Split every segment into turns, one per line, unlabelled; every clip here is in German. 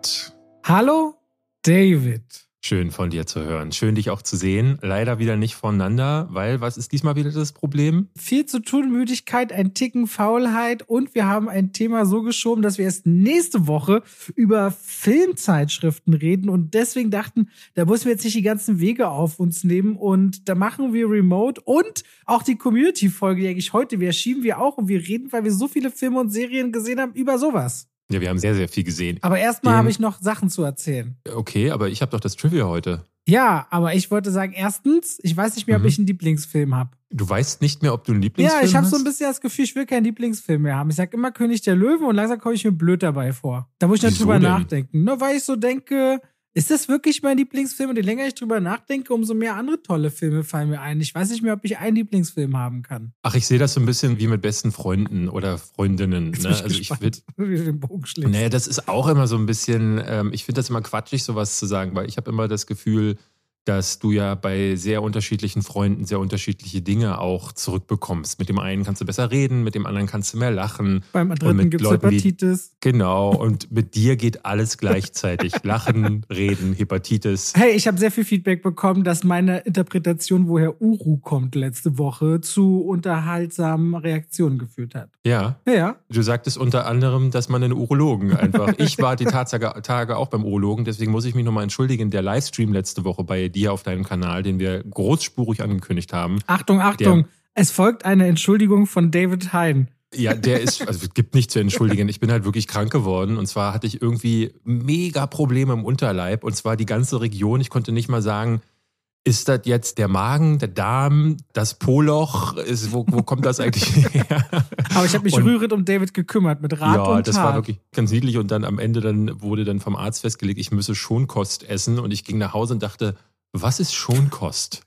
Robert.
Hallo, David.
Schön von dir zu hören. Schön, dich auch zu sehen. Leider wieder nicht voneinander, weil was ist diesmal wieder das Problem?
Viel zu tun, Müdigkeit, ein Ticken Faulheit und wir haben ein Thema so geschoben, dass wir erst nächste Woche über Filmzeitschriften reden und deswegen dachten, da müssen wir jetzt nicht die ganzen Wege auf uns nehmen und da machen wir Remote und auch die Community-Folge, die eigentlich heute wäre, schieben wir auch und wir reden, weil wir so viele Filme und Serien gesehen haben, über sowas.
Ja, wir haben sehr, sehr viel gesehen.
Aber erstmal habe ich noch Sachen zu erzählen.
Okay, aber ich habe doch das Trivia heute.
Ja, aber ich wollte sagen, erstens, ich weiß nicht mehr, ob ich einen Lieblingsfilm habe.
Du weißt nicht mehr, ob du einen Lieblingsfilm hast?
Ja, ich habe so ein bisschen das Gefühl, ich will keinen Lieblingsfilm mehr haben. Ich sag immer König der Löwen und langsam komme ich mir blöd dabei vor. Da muss ich nicht drüber nachdenken. Nur weil ich so denke, ist das wirklich mein Lieblingsfilm? Und je länger ich drüber nachdenke, umso mehr andere tolle Filme fallen mir ein. Ich weiß nicht mehr, ob ich einen Lieblingsfilm haben kann.
Ach, ich sehe das so ein bisschen wie mit besten Freunden oder Freundinnen. Ne?
Also ich will, wie du den Bogen schlägst.
Naja, das ist auch immer so ein bisschen, ich finde das immer quatschig, sowas zu sagen, weil ich habe immer das Gefühl, dass du ja bei sehr unterschiedlichen Freunden sehr unterschiedliche Dinge auch zurückbekommst. Mit dem einen kannst du besser reden, mit dem anderen kannst du mehr lachen.
Beim dritten gibt es Hepatitis.
Genau, und mit dir geht alles gleichzeitig. Lachen, reden, Hepatitis.
Hey, ich habe sehr viel Feedback bekommen, dass meine Interpretation, woher Uru kommt, letzte Woche zu unterhaltsamen Reaktionen geführt hat.
Ja?
Ja.
Du sagtest unter anderem, dass man einen Urologen einfach... Ich war die Tage auch beim Urologen, deswegen muss ich mich nochmal entschuldigen. Der Livestream letzte Woche bei dir auf deinem Kanal, den wir großspurig angekündigt haben.
Achtung, es folgt eine Entschuldigung von David Hein.
Ja, der ist, also es gibt nicht zu entschuldigen. Ich bin halt wirklich krank geworden und zwar hatte ich irgendwie mega Probleme im Unterleib und zwar die ganze Region. Ich konnte nicht mal sagen, ist das jetzt der Magen, der Darm, das Po-Loch? Wo kommt das eigentlich her?
Aber ich habe mich rührend um David gekümmert mit Rat und Tat.
Ja, das war wirklich ganz niedlich und dann am Ende wurde dann vom Arzt festgelegt, ich müsse Schonkost essen und ich ging nach Hause und dachte, was ist Schonkost?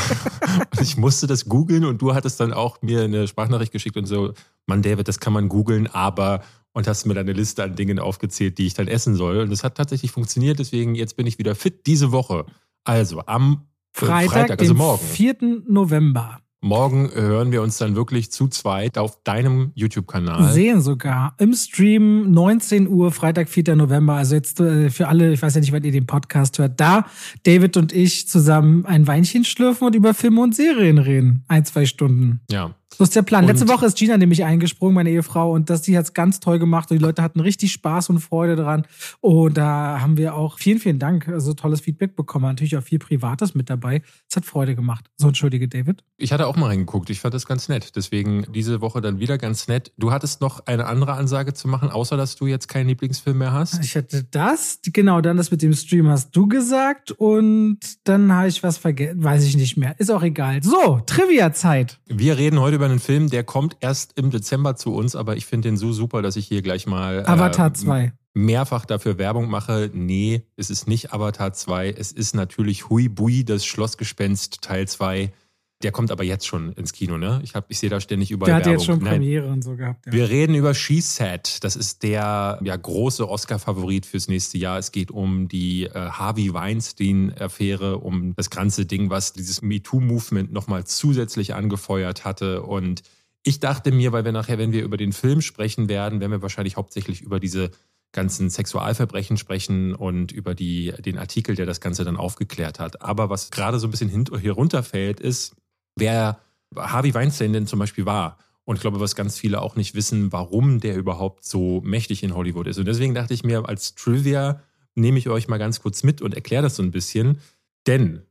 Und ich musste das googeln und du hattest dann auch mir eine Sprachnachricht geschickt und so, Mann David, das kann man googeln, aber... Und hast mir dann eine Liste an Dingen aufgezählt, die ich dann essen soll. Und das hat tatsächlich funktioniert, deswegen jetzt bin ich wieder fit diese Woche. Also am Freitag, also morgen.
4. November.
Morgen hören wir uns dann wirklich zu zweit auf deinem YouTube-Kanal.
Sehen sogar. Im Stream 19 Uhr, Freitag, 4. November. Also jetzt für alle, ich weiß ja nicht, wann ihr den Podcast hört, da David und ich zusammen ein Weinchen schlürfen und über Filme und Serien reden. 1-2 Stunden.
Ja.
So ist der Plan. Letzte Woche ist Gina nämlich eingesprungen, meine Ehefrau, und die hat es ganz toll gemacht und die Leute hatten richtig Spaß und Freude dran. Und da haben wir auch vielen, vielen Dank, also tolles Feedback bekommen. Natürlich auch viel Privates mit dabei. Es hat Freude gemacht. So, entschuldige, David.
Ich hatte auch mal reingeguckt. Ich fand das ganz nett. Deswegen diese Woche dann wieder ganz nett. Du hattest noch eine andere Ansage zu machen, außer dass du jetzt keinen Lieblingsfilm mehr hast?
Ich hatte das, genau, dann das mit dem Stream hast du gesagt und dann habe ich was vergessen, weiß ich nicht mehr. Ist auch egal. So, Trivia-Zeit.
Wir reden heute über einen Film, der kommt erst im Dezember zu uns, aber ich finde den so super, dass ich hier gleich mal
Avatar 2
mehrfach dafür Werbung mache. Nee, es ist nicht Avatar 2, es ist natürlich Hui Bui, das Schlossgespenst Teil 2. Der kommt aber jetzt schon ins Kino, ne? Ich sehe da ständig überall Werbung.
Der hat jetzt schon Premiere und so gehabt. Ja.
Wir reden über She Said. Das ist der große Oscar-Favorit fürs nächste Jahr. Es geht um die Harvey Weinstein-Affäre, um das ganze Ding, was dieses MeToo-Movement nochmal zusätzlich angefeuert hatte. Und ich dachte mir, weil wir nachher, wenn wir über den Film sprechen werden wir wahrscheinlich hauptsächlich über diese ganzen Sexualverbrechen sprechen und über den Artikel, der das Ganze dann aufgeklärt hat. Aber was gerade so ein bisschen hier runterfällt, ist, wer Harvey Weinstein denn zum Beispiel war. Und ich glaube, was ganz viele auch nicht wissen, warum der überhaupt so mächtig in Hollywood ist. Und deswegen dachte ich mir, als Trivia nehme ich euch mal ganz kurz mit und erkläre das so ein bisschen. Denn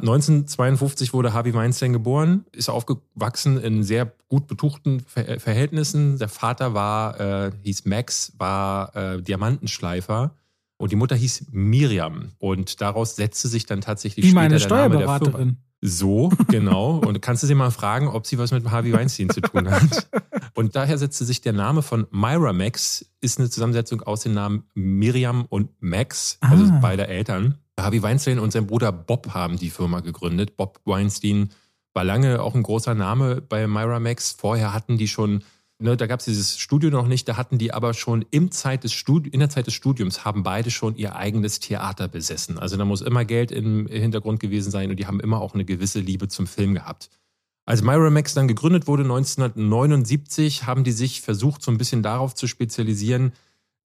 1952 wurde Harvey Weinstein geboren, ist aufgewachsen in sehr gut betuchten Verhältnissen. Der Vater hieß Max, war Diamantenschleifer. Und die Mutter hieß Miriam. Und daraus setzte sich dann tatsächlich
wie
später
meine
der Name der Firma.
Steuerberaterin.
So, genau. Und kannst du sie mal fragen, ob sie was mit Harvey Weinstein zu tun hat. Und daher setzte sich der Name von Miramax, ist eine Zusammensetzung aus den Namen Miriam und Max, also beide Eltern. Harvey Weinstein und sein Bruder Bob haben die Firma gegründet. Bob Weinstein war lange auch ein großer Name bei Miramax. Vorher hatten die schon, da gab es dieses Studio noch nicht, da hatten die aber schon in der Zeit des Studiums haben beide schon ihr eigenes Theater besessen. Also da muss immer Geld im Hintergrund gewesen sein und die haben immer auch eine gewisse Liebe zum Film gehabt. Als Miramax dann gegründet wurde 1979, haben die sich versucht, so ein bisschen darauf zu spezialisieren,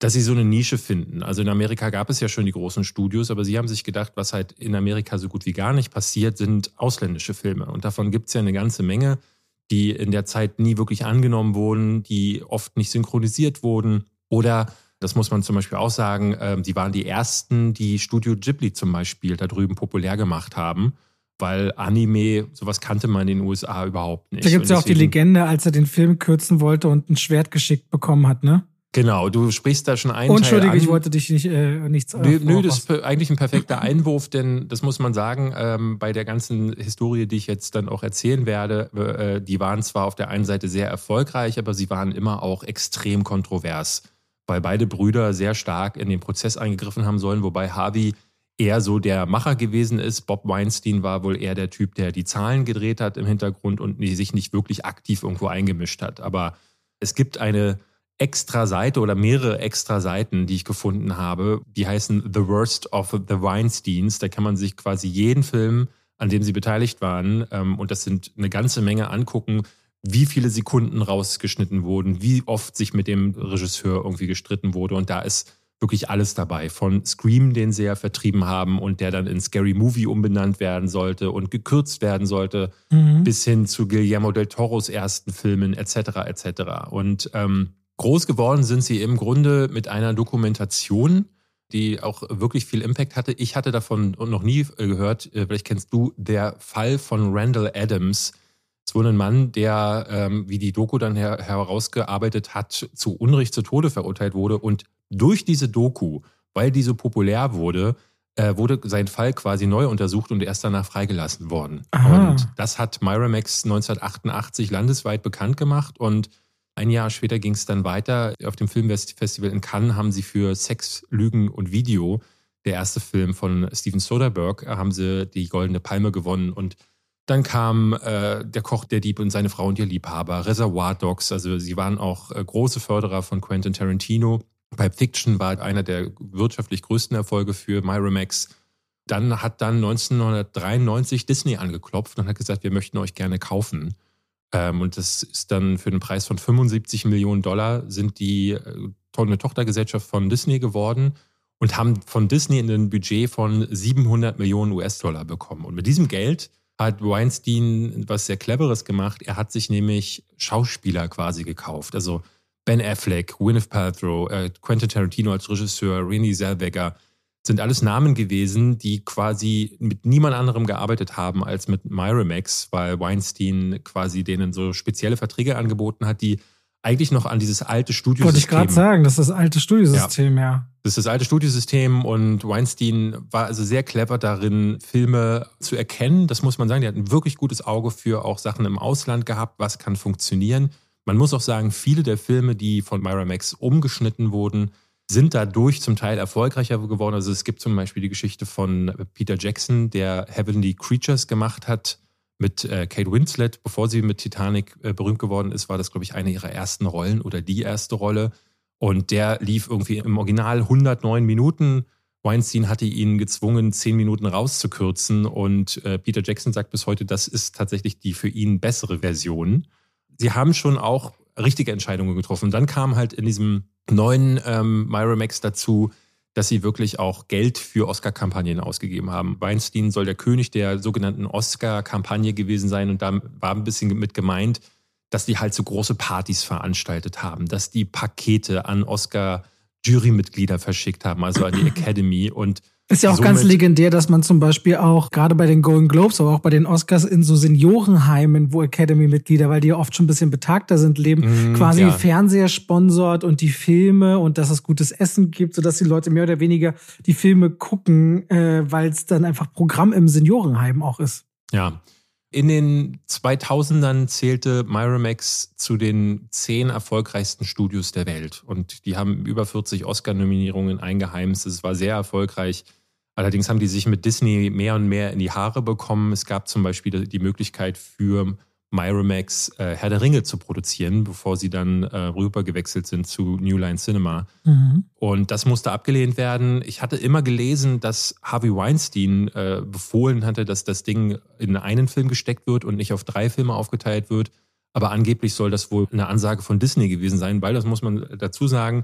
dass sie so eine Nische finden. Also in Amerika gab es ja schon die großen Studios, aber sie haben sich gedacht, was halt in Amerika so gut wie gar nicht passiert, sind ausländische Filme. Und davon gibt es ja eine ganze Menge, die in der Zeit nie wirklich angenommen wurden, die oft nicht synchronisiert wurden. Oder, das muss man zum Beispiel auch sagen, die waren die ersten, die Studio Ghibli zum Beispiel da drüben populär gemacht haben. Weil Anime, sowas kannte man in den USA überhaupt nicht.
Da gibt es ja auch die Legende, als er den Film kürzen wollte und ein Schwert geschickt bekommen hat, ne?
Genau, du sprichst da schon einen Teil an.
Entschuldige, ich wollte dich nichts
Nö, das ist eigentlich ein perfekter Einwurf, denn das muss man sagen, bei der ganzen Historie, die ich jetzt dann auch erzählen werde, die waren zwar auf der einen Seite sehr erfolgreich, aber sie waren immer auch extrem kontrovers, weil beide Brüder sehr stark in den Prozess eingegriffen haben sollen, wobei Harvey eher so der Macher gewesen ist. Bob Weinstein war wohl eher der Typ, der die Zahlen gedreht hat im Hintergrund und sich nicht wirklich aktiv irgendwo eingemischt hat. Aber es gibt eine extra Seite oder mehrere extra Seiten, die ich gefunden habe, die heißen The Worst of the Weinsteins. Da kann man sich quasi jeden Film, an dem sie beteiligt waren, und das sind eine ganze Menge, angucken, wie viele Sekunden rausgeschnitten wurden, wie oft sich mit dem Regisseur irgendwie gestritten wurde. Und da ist wirklich alles dabei. Von Scream, den sie ja vertrieben haben und der dann in Scary Movie umbenannt werden sollte und gekürzt werden sollte, bis hin zu Guillermo del Toros ersten Filmen etc. etc. Und groß geworden sind sie im Grunde mit einer Dokumentation, die auch wirklich viel Impact hatte. Ich hatte davon noch nie gehört, vielleicht kennst du, der Fall von Randall Adams. Es wurde ein Mann, der, wie die Doku dann herausgearbeitet hat, zu Unrecht zu Tode verurteilt wurde. Und durch diese Doku, weil die so populär wurde, wurde sein Fall quasi neu untersucht und erst danach freigelassen worden.
Aha.
Und das hat Miramax 1988 landesweit bekannt gemacht und ein Jahr später ging es dann weiter. Auf dem Filmfestival in Cannes haben sie für Sex, Lügen und Video, der erste Film von Steven Soderbergh, haben sie die Goldene Palme gewonnen. Und dann kam Der Koch, der Dieb und seine Frau und ihr Liebhaber, Reservoir Dogs. Also sie waren auch große Förderer von Quentin Tarantino. Pulp Fiction war einer der wirtschaftlich größten Erfolge für Miramax. Dann hat 1993 Disney angeklopft und hat gesagt, wir möchten euch gerne kaufen. Und das ist dann für den Preis von $75 Millionen sind die eine Tochtergesellschaft von Disney geworden und haben von Disney ein Budget von 700 Millionen US-Dollar bekommen. Und mit diesem Geld hat Weinstein was sehr Cleveres gemacht. Er hat sich nämlich Schauspieler quasi gekauft. Also Ben Affleck, Gwyneth Paltrow, Quentin Tarantino als Regisseur, Renée Zellweger, sind alles Namen gewesen, die quasi mit niemand anderem gearbeitet haben als mit Miramax, weil Weinstein quasi denen so spezielle Verträge angeboten hat, die eigentlich noch an dieses alte Studiosystem...
Wollte ich gerade sagen, das ist das alte Studiosystem, ja.
Das ist das alte Studiosystem und Weinstein war also sehr clever darin, Filme zu erkennen. Das muss man sagen, der hat ein wirklich gutes Auge für auch Sachen im Ausland gehabt, was kann funktionieren. Man muss auch sagen, viele der Filme, die von Miramax umgeschnitten wurden, sind dadurch zum Teil erfolgreicher geworden. Also es gibt zum Beispiel die Geschichte von Peter Jackson, der Heavenly Creatures gemacht hat mit Kate Winslet. Bevor sie mit Titanic berühmt geworden ist, war das, glaube ich, eine ihrer ersten Rollen oder die erste Rolle. Und der lief irgendwie im Original 109 Minuten. Weinstein hatte ihn gezwungen, 10 Minuten rauszukürzen. Und Peter Jackson sagt bis heute, das ist tatsächlich die für ihn bessere Version. Sie haben schon auch richtige Entscheidungen getroffen. Dann kam halt in diesem neuen Miramax dazu, dass sie wirklich auch Geld für Oscar-Kampagnen ausgegeben haben. Weinstein soll der König der sogenannten Oscar-Kampagne gewesen sein und da war ein bisschen mit gemeint, dass die halt so große Partys veranstaltet haben, dass die Pakete an Oscar-Jurymitglieder verschickt haben, also an die Academy und
ist ja auch ganz legendär, dass man zum Beispiel auch gerade bei den Golden Globes, aber auch bei den Oscars in so Seniorenheimen, wo Academy-Mitglieder, weil die ja oft schon ein bisschen betagter sind, leben, quasi Fernseher sponsort und die Filme und dass es gutes Essen gibt, sodass die Leute mehr oder weniger die Filme gucken, weil es dann einfach Programm im Seniorenheim auch ist.
Ja. In den 2000ern zählte Miramax zu den 10 erfolgreichsten Studios der Welt. Und die haben über 40 Oscar-Nominierungen eingeheimst. Es war sehr erfolgreich. Allerdings haben die sich mit Disney mehr und mehr in die Haare bekommen. Es gab zum Beispiel die Möglichkeit für Miramax Herr der Ringe zu produzieren, bevor sie dann rüber gewechselt sind zu New Line Cinema. Und das musste abgelehnt werden. Ich hatte immer gelesen, dass Harvey Weinstein befohlen hatte, dass das Ding in einen Film gesteckt wird und nicht auf 3 Filme aufgeteilt wird. Aber angeblich soll das wohl eine Ansage von Disney gewesen sein, weil, das muss man dazu sagen,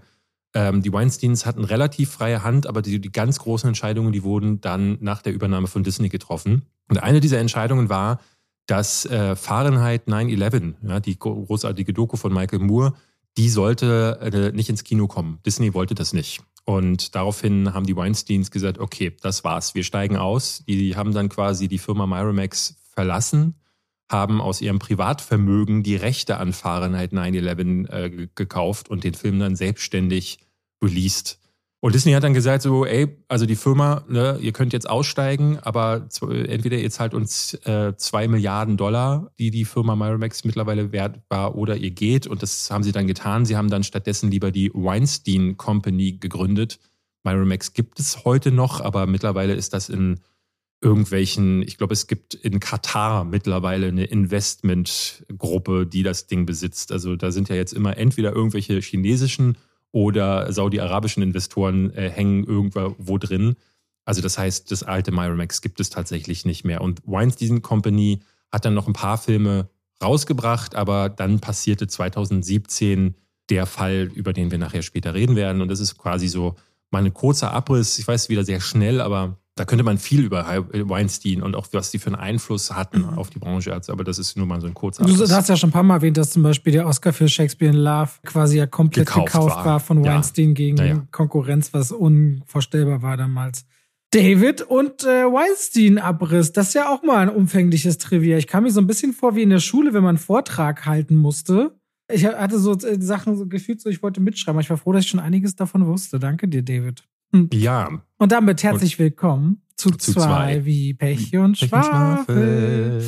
Die Weinsteins hatten relativ freie Hand, aber die ganz großen Entscheidungen, die wurden dann nach der Übernahme von Disney getroffen. Und eine dieser Entscheidungen war, dass Fahrenheit 9/11, ja, die großartige Doku von Michael Moore, die sollte nicht ins Kino kommen. Disney wollte das nicht. Und daraufhin haben die Weinsteins gesagt, okay, das war's, wir steigen aus. Die haben dann quasi die Firma Miramax verlassen, haben aus ihrem Privatvermögen die Rechte an Fahrenheit 9/11 gekauft und den Film dann selbstständig released. Und Disney hat dann gesagt so, also die Firma, ne, ihr könnt jetzt aussteigen, aber entweder ihr zahlt uns $2 Milliarden, die Firma Miramax mittlerweile wert war, oder ihr geht. Und das haben sie dann getan. Sie haben dann stattdessen lieber die Weinstein Company gegründet. Miramax gibt es heute noch, aber mittlerweile ist das in irgendwelchen, ich glaube, es gibt in Katar mittlerweile eine Investmentgruppe, die das Ding besitzt. Also da sind ja jetzt immer entweder irgendwelche chinesischen oder saudi-arabischen Investoren hängen irgendwo drin. Also das heißt, das alte Miramax gibt es tatsächlich nicht mehr. Und Weinstein Company hat dann noch ein paar Filme rausgebracht, aber dann passierte 2017 der Fall, über den wir nachher später reden werden. Und das ist quasi so mal ein kurzer Abriss. Ich weiß, wieder sehr schnell, aber da könnte man viel über Weinstein und auch was die für einen Einfluss hatten auf die Branche. Aber das ist nur mal so ein kurzer Abriss.
Du hast ja schon ein paar Mal erwähnt, dass zum Beispiel der Oscar für Shakespeare in Love quasi ja komplett gekauft war von Weinstein gegen Konkurrenz, was unvorstellbar war damals. David und Weinstein-Abriss, das ist ja auch mal ein umfängliches Trivia. Ich kam mir so ein bisschen vor wie in der Schule, wenn man einen Vortrag halten musste. Ich hatte so Sachen so gefühlt, so ich wollte mitschreiben, aber ich war froh, dass ich schon einiges davon wusste. Danke dir, David.
Ja.
Und damit herzlich willkommen zu zwei wie Pech und Schwafel.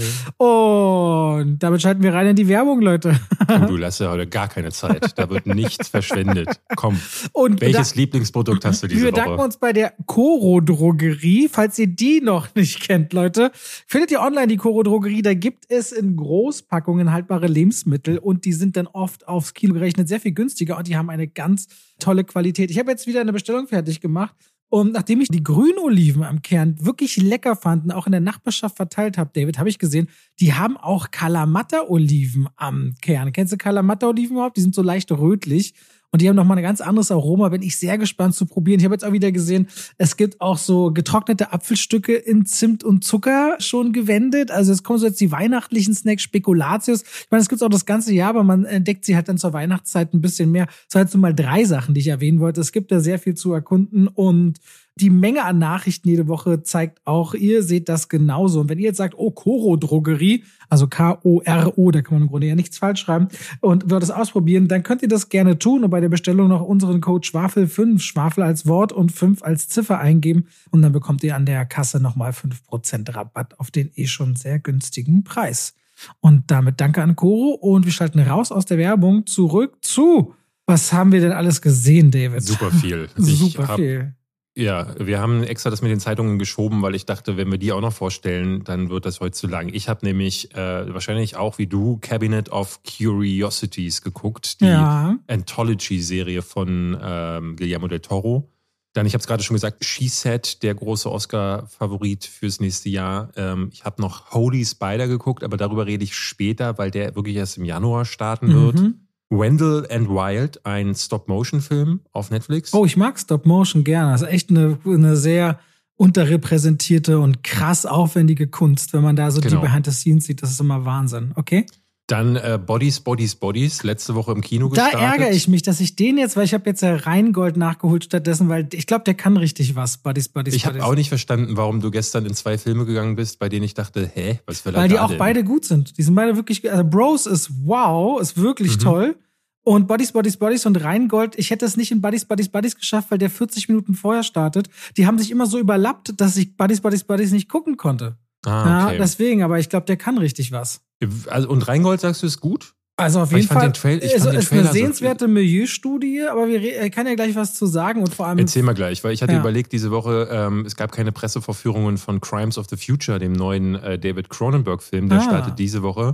Und damit schalten wir rein in die Werbung, Leute.
Du lässt ja heute gar keine Zeit. Da wird nichts verschwendet. Komm, und welches Lieblingsprodukt hast du diese Woche?
Wir bedanken uns bei der Coro Drogerie. Falls ihr die noch nicht kennt, Leute, findet ihr online die Coro Drogerie. Da gibt es in Großpackungen haltbare Lebensmittel und die sind dann oft aufs Kilo gerechnet sehr viel günstiger und die haben eine ganz tolle Qualität. Ich habe jetzt wieder eine Bestellung fertig gemacht. Und nachdem ich die Grünoliven am Kern wirklich lecker fand und auch in der Nachbarschaft verteilt habe, David, habe ich gesehen, die haben auch Kalamata-Oliven am Kern. Kennst du Kalamata-Oliven überhaupt? Die sind so leicht rötlich. Und die haben nochmal ein ganz anderes Aroma. Bin ich sehr gespannt zu probieren. Ich habe jetzt auch wieder gesehen, es gibt auch so getrocknete Apfelstücke in Zimt und Zucker schon gewendet. Also es kommen so jetzt die weihnachtlichen Snacks, Spekulatius. Ich meine, es gibt auch das ganze Jahr, aber man entdeckt sie halt dann zur Weihnachtszeit ein bisschen mehr. Das waren jetzt nur mal 3 Sachen, die ich erwähnen wollte. Es gibt da sehr viel zu erkunden und die Menge an Nachrichten jede Woche zeigt auch, ihr seht das genauso. Und wenn ihr jetzt sagt, oh, Coro Drogerie, also K-O-R-O, da kann man im Grunde ja nichts falsch schreiben, und wollt es ausprobieren, dann könnt ihr das gerne tun und bei der Bestellung noch unseren Code Schwafel5, Schwafel als Wort und 5 als Ziffer eingeben und dann bekommt ihr an der Kasse nochmal 5% Rabatt auf den schon sehr günstigen Preis. Und damit danke an Coro und wir schalten raus aus der Werbung zurück zu, was haben wir denn alles gesehen, David?
Super viel.
Super viel.
Ja, wir haben extra das mit den Zeitungen geschoben, weil ich dachte, wenn wir die auch noch vorstellen, dann wird das heute zu lang. Ich habe nämlich wahrscheinlich auch wie du Cabinet of Curiosities geguckt, die Anthology-Serie von Guillermo del Toro. Dann, ich habe es gerade schon gesagt, She Said, der große Oscar-Favorit fürs nächste Jahr. Ich habe noch Holy Spider geguckt, aber darüber rede ich später, weil der wirklich erst im Januar starten wird. Wendell and Wild, ein Stop-Motion-Film auf Netflix.
Oh, ich mag Stop-Motion gerne. Das ist echt eine sehr unterrepräsentierte und krass aufwendige Kunst. Wenn man da so die Behind the Scenes sieht, das ist immer Wahnsinn. Okay?
Dann Bodies, Bodies, Bodies, letzte Woche im Kino gestartet.
Da ärgere ich mich, dass ich den jetzt, weil ich habe jetzt ja Rheingold nachgeholt stattdessen, weil ich glaube, der kann richtig was. Bodies, Bodies,
Ich habe auch nicht verstanden, warum du gestern in 2 Filme gegangen bist, bei denen ich dachte, was für
Weil die auch beide gut sind. Die sind beide wirklich, also Bros ist wow, ist wirklich toll. Und Bodies, Bodies, Bodies und Rheingold, ich hätte es nicht in Bodies, Bodies, Bodies geschafft, weil der 40 Minuten vorher startet. Die haben sich immer so überlappt, dass ich Bodies, Bodies, Bodies nicht gucken konnte. Okay. Ja, deswegen, aber ich glaube, der kann richtig was.
Also, und Rheingold, sagst du, ist gut?
Also auf jeden Fall, es ist eine sehenswerte Milieustudie, aber wir kann ja gleich was zu sagen und vor allem...
Erzähl mal gleich, weil ich hatte überlegt, diese Woche, es gab keine Pressevorführungen von Crimes of the Future, dem neuen David Cronenberg-Film, der startet diese Woche.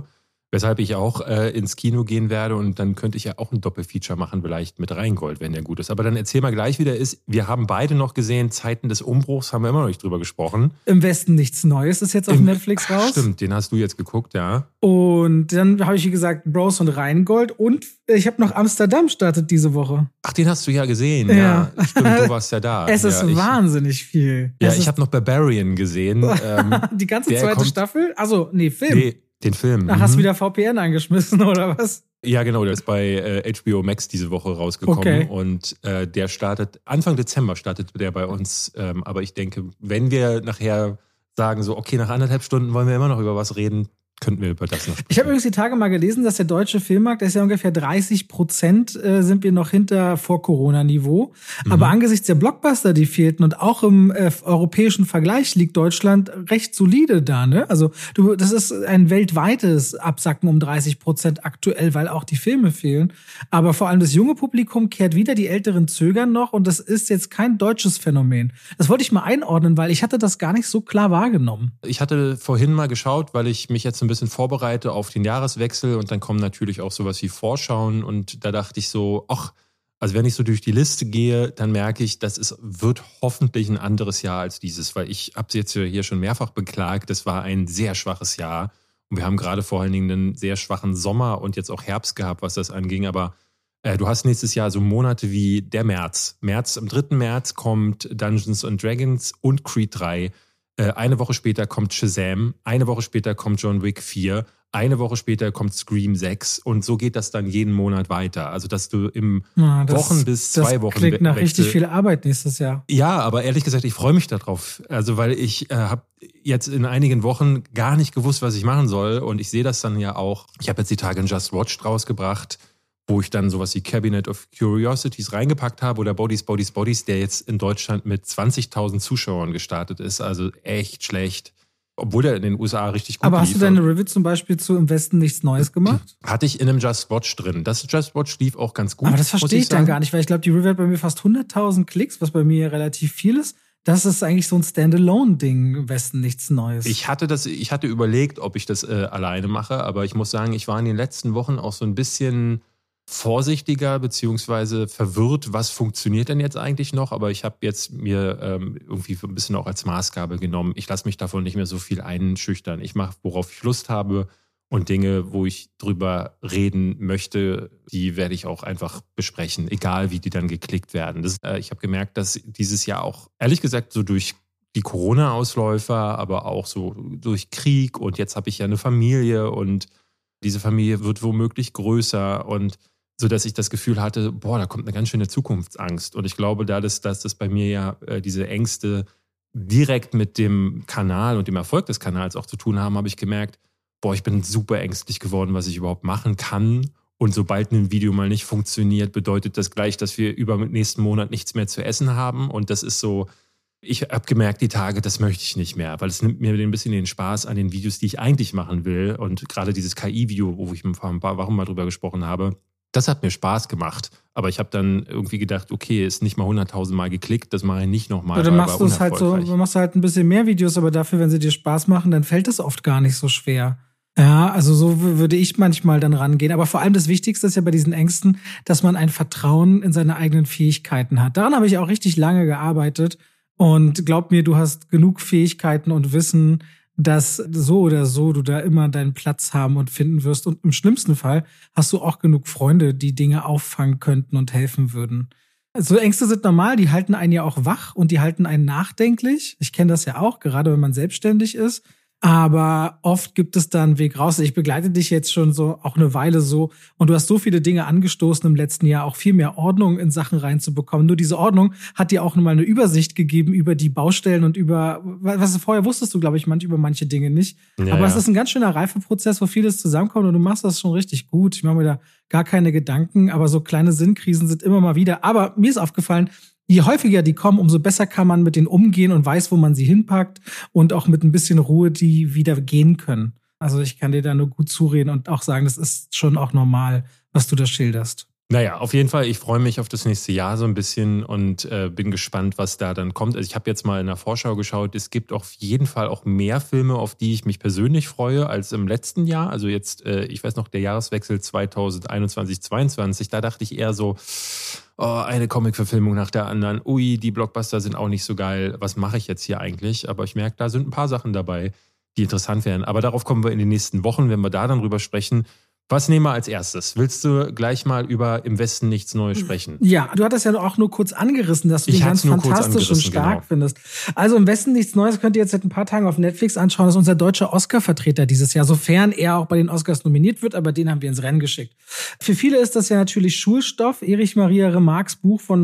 Weshalb ich auch ins Kino gehen werde und dann könnte ich ja auch ein Doppelfeature machen, vielleicht mit Rheingold, wenn der gut ist. Aber dann erzähl mal gleich, wie der ist. Wir haben beide noch gesehen, Zeiten des Umbruchs, haben wir immer noch nicht drüber gesprochen.
Im Westen nichts Neues ist jetzt auf Netflix raus.
Stimmt, den hast du jetzt geguckt, ja.
Und dann habe ich, wie gesagt, Bros und Rheingold und ich habe noch Amsterdam startet diese Woche.
Ach, den hast du ja gesehen. Ja, stimmt, du warst ja da.
Es ist wahnsinnig viel.
Ja, ich habe noch Barbarian gesehen.
Die ganze zweite Staffel? Also, Film.
Nee, den Film.
Ach, hast du wieder VPN angeschmissen, oder was?
Ja, genau, der ist bei HBO Max diese Woche rausgekommen. Okay. Und der startet, Anfang Dezember startet der bei uns. Aber ich denke, wenn wir nachher sagen so, okay, nach 1,5 Stunden wollen wir immer noch über was reden, könnten wir über das noch sprechen.
Ich habe übrigens die Tage mal gelesen, dass der deutsche Filmmarkt, der ist ja ungefähr 30% sind wir noch hinter Vor-Corona-Niveau. Aber angesichts der Blockbuster, die fehlten und auch im europäischen Vergleich liegt Deutschland recht solide da, ne? Also das ist ein weltweites Absacken um 30% aktuell, weil auch die Filme fehlen. Aber vor allem das junge Publikum kehrt wieder, die Älteren zögern noch und das ist jetzt kein deutsches Phänomen. Das wollte ich mal einordnen, weil ich hatte das gar nicht so klar wahrgenommen.
Ich hatte vorhin mal geschaut, weil ich mich jetzt ein bisschen vorbereite auf den Jahreswechsel und dann kommen natürlich auch sowas wie Vorschauen und da dachte ich so, also wenn ich so durch die Liste gehe, dann merke ich, wird hoffentlich ein anderes Jahr als dieses, weil ich habe es jetzt hier schon mehrfach beklagt, das war ein sehr schwaches Jahr und wir haben gerade vor allen Dingen einen sehr schwachen Sommer und jetzt auch Herbst gehabt, was das anging, aber du hast nächstes Jahr so Monate wie der März. Am 3. März kommt Dungeons & Dragons und Creed 3. Eine Woche später kommt Shazam, eine Woche später kommt John Wick 4, eine Woche später kommt Scream 6 und so geht das dann jeden Monat weiter. Also dass du im Wochen bis 2 Wochen
Das klingt nach richtig viel Arbeit nächstes Jahr.
Ja, aber ehrlich gesagt, ich freue mich darauf. Also weil ich habe jetzt in einigen Wochen gar nicht gewusst, was ich machen soll und ich sehe das dann ja auch. Ich habe jetzt die Tage in Just Watch rausgebracht, wo ich dann sowas wie Cabinet of Curiosities reingepackt habe oder Bodies, der jetzt in Deutschland mit 20.000 Zuschauern gestartet ist. Also echt schlecht. Obwohl der in den USA richtig gut lief.
Aber hast du deine Review zum Beispiel zu Im Westen nichts Neues gemacht?
Hatte ich in einem Just Watch drin. Das Just Watch lief auch ganz gut.
Aber das verstehe ich dann gar nicht, weil ich glaube, die Review hat bei mir fast 100.000 Klicks, was bei mir relativ viel ist. Das ist eigentlich so ein Standalone-Ding, Im Westen nichts Neues.
Ich hatte überlegt, ob ich das alleine mache, aber ich muss sagen, ich war in den letzten Wochen auch so ein bisschen vorsichtiger beziehungsweise verwirrt, was funktioniert denn jetzt eigentlich noch, aber ich habe jetzt mir irgendwie ein bisschen auch als Maßgabe genommen, ich lasse mich davon nicht mehr so viel einschüchtern. Ich mache, worauf ich Lust habe und Dinge, wo ich drüber reden möchte, die werde ich auch einfach besprechen, egal wie die dann geklickt werden. Ich habe gemerkt, dass dieses Jahr auch, ehrlich gesagt, so durch die Corona-Ausläufer, aber auch so durch Krieg und jetzt habe ich ja eine Familie und diese Familie wird womöglich größer und so dass ich das Gefühl hatte, da kommt eine ganz schöne Zukunftsangst. Und ich glaube, dass das bei mir ja diese Ängste direkt mit dem Kanal und dem Erfolg des Kanals auch zu tun haben, habe ich gemerkt, ich bin super ängstlich geworden, was ich überhaupt machen kann. Und sobald ein Video mal nicht funktioniert, bedeutet das gleich, dass wir über den nächsten Monat nichts mehr zu essen haben. Und das ist so, ich habe gemerkt, die Tage, das möchte ich nicht mehr, weil es nimmt mir ein bisschen den Spaß an den Videos, die ich eigentlich machen will. Und gerade dieses KI-Video, wo ich vor ein paar Wochen mal drüber gesprochen habe, das hat mir Spaß gemacht. Aber ich habe dann irgendwie gedacht, okay, ist nicht mal 100.000 Mal geklickt, das mache ich nicht nochmal.
Oder machst du es halt so, du machst halt ein bisschen mehr Videos, aber dafür, wenn sie dir Spaß machen, dann fällt es oft gar nicht so schwer. Ja, also so würde ich manchmal dann rangehen. Aber vor allem das Wichtigste ist ja bei diesen Ängsten, dass man ein Vertrauen in seine eigenen Fähigkeiten hat. Daran habe ich auch richtig lange gearbeitet. Und glaub mir, du hast genug Fähigkeiten und Wissen, dass so oder so du da immer deinen Platz haben und finden wirst. Und im schlimmsten Fall hast du auch genug Freunde, die Dinge auffangen könnten und helfen würden. So Ängste sind normal, die halten einen ja auch wach und die halten einen nachdenklich. Ich kenne das ja auch, gerade wenn man selbstständig ist. Aber oft gibt es da einen Weg raus. Ich begleite dich jetzt schon so auch eine Weile so und du hast so viele Dinge angestoßen im letzten Jahr, auch viel mehr Ordnung in Sachen reinzubekommen. Nur diese Ordnung hat dir auch nochmal eine Übersicht gegeben über die Baustellen und über, was vorher wusstest du, glaube ich, über manche Dinge nicht. Ja, aber es ist ein ganz schöner Reifeprozess, wo vieles zusammenkommt und du machst das schon richtig gut. Ich mache mir da gar keine Gedanken, aber so kleine Sinnkrisen sind immer mal wieder. Aber mir ist aufgefallen, je häufiger die kommen, umso besser kann man mit denen umgehen und weiß, wo man sie hinpackt und auch mit ein bisschen Ruhe die wieder gehen können. Also ich kann dir da nur gut zureden und auch sagen, das ist schon auch normal, was du da schilderst.
Naja, auf jeden Fall, ich freue mich auf das nächste Jahr so ein bisschen und bin gespannt, was da dann kommt. Also ich habe jetzt mal in der Vorschau geschaut, es gibt auf jeden Fall auch mehr Filme, auf die ich mich persönlich freue, als im letzten Jahr. Also jetzt, ich weiß noch, der Jahreswechsel 2021/22, da dachte ich eher so, oh, eine Comic-Verfilmung nach der anderen. Ui, die Blockbuster sind auch nicht so geil. Was mache ich jetzt hier eigentlich? Aber ich merke, da sind ein paar Sachen dabei, die interessant wären. Aber darauf kommen wir in den nächsten Wochen, wenn wir da dann drüber sprechen. Was nehmen wir als erstes? Willst du gleich mal über Im Westen nichts Neues sprechen?
Ja, du hattest ja auch nur kurz angerissen, dass du den ganz fantastisch und stark findest. Also Im Westen nichts Neues könnt ihr jetzt seit ein paar Tagen auf Netflix anschauen. Das ist unser deutscher Oscar-Vertreter dieses Jahr, sofern er auch bei den Oscars nominiert wird, aber den haben wir ins Rennen geschickt. Für viele ist das ja natürlich Schulstoff. Erich Maria Remarques Buch von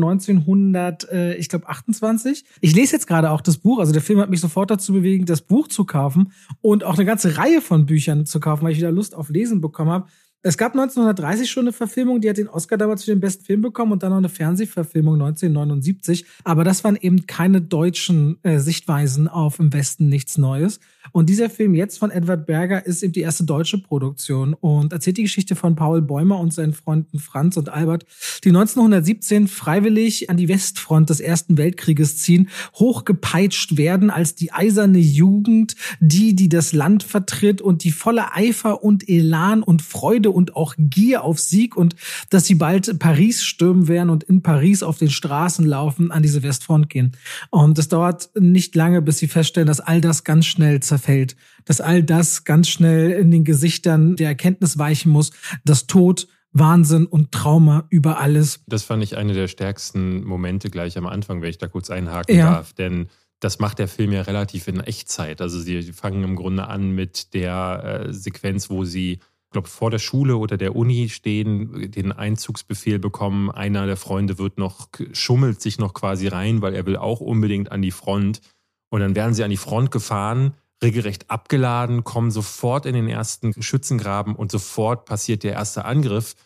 1928. Ich lese jetzt gerade auch das Buch, also der Film hat mich sofort dazu bewegt, das Buch zu kaufen und auch eine ganze Reihe von Büchern zu kaufen, weil ich wieder Lust auf Lesen bekommen habe. Es gab 1930 schon eine Verfilmung, die hat den Oscar damals für den besten Film bekommen und dann noch eine Fernsehverfilmung 1979. Aber das waren eben keine deutschen Sichtweisen auf Im Westen nichts Neues. Und dieser Film jetzt von Edward Berger ist eben die erste deutsche Produktion und erzählt die Geschichte von Paul Bäumer und seinen Freunden Franz und Albert, die 1917 freiwillig an die Westfront des Ersten Weltkrieges ziehen, hochgepeitscht werden als die eiserne Jugend, die das Land vertritt und die voller Eifer und Elan und Freude und auch Gier auf Sieg und dass sie bald Paris stürmen werden und in Paris auf den Straßen laufen, an diese Westfront gehen. Und es dauert nicht lange, bis sie feststellen, dass all das ganz schnell zerfällt, dass all das ganz schnell in den Gesichtern der Erkenntnis weichen muss, dass Tod, Wahnsinn und Trauma über alles.
Das fand ich eine der stärksten Momente gleich am Anfang, wenn ich da kurz einhaken darf, denn das macht der Film ja relativ in Echtzeit. Also sie fangen im Grunde an mit der Sequenz, wo sie vor der Schule oder der Uni stehen, den Einzugsbefehl bekommen. Einer der Freunde schummelt sich noch quasi rein, weil er will auch unbedingt an die Front. Und dann werden sie an die Front gefahren, regelrecht abgeladen, kommen sofort in den ersten Schützengraben und sofort passiert der erste Angriff.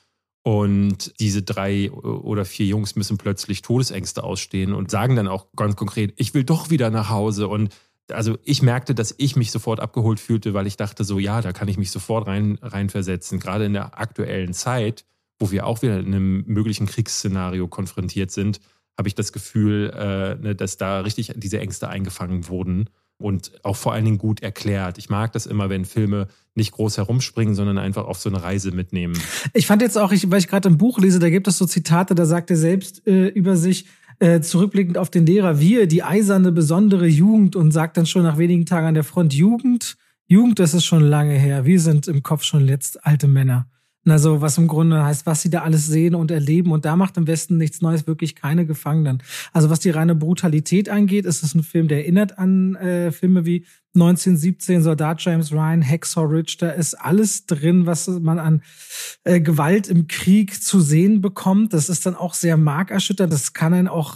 Und diese 3 oder 4 Jungs müssen plötzlich Todesängste ausstehen und sagen dann auch ganz konkret, ich will doch wieder nach Hause. Und also ich merkte, dass ich mich sofort abgeholt fühlte, weil ich dachte so, ja, da kann ich mich sofort reinversetzen. Gerade in der aktuellen Zeit, wo wir auch wieder in einem möglichen Kriegsszenario konfrontiert sind, habe ich das Gefühl, dass da richtig diese Ängste eingefangen wurden und auch vor allen Dingen gut erklärt. Ich mag das immer, wenn Filme nicht groß herumspringen, sondern einfach auf so eine Reise mitnehmen.
Ich fand jetzt auch, weil ich gerade ein Buch lese, da gibt es so Zitate, da sagt er selbst über sich, zurückblickend auf den Lehrer, wir, die eiserne, besondere Jugend und sagt dann schon nach wenigen Tagen an der Front, Jugend, das ist schon lange her. Wir sind im Kopf schon letzt alte Männer. Also was im Grunde heißt, was sie da alles sehen und erleben. Und da macht Im Westen nichts Neues wirklich keine Gefangenen. Also was die reine Brutalität angeht, ist es ein Film, der erinnert an Filme wie 1917, Soldat James Ryan, Hacksaw Ridge. Da ist alles drin, was man an Gewalt im Krieg zu sehen bekommt. Das ist dann auch sehr markerschütternd. Das kann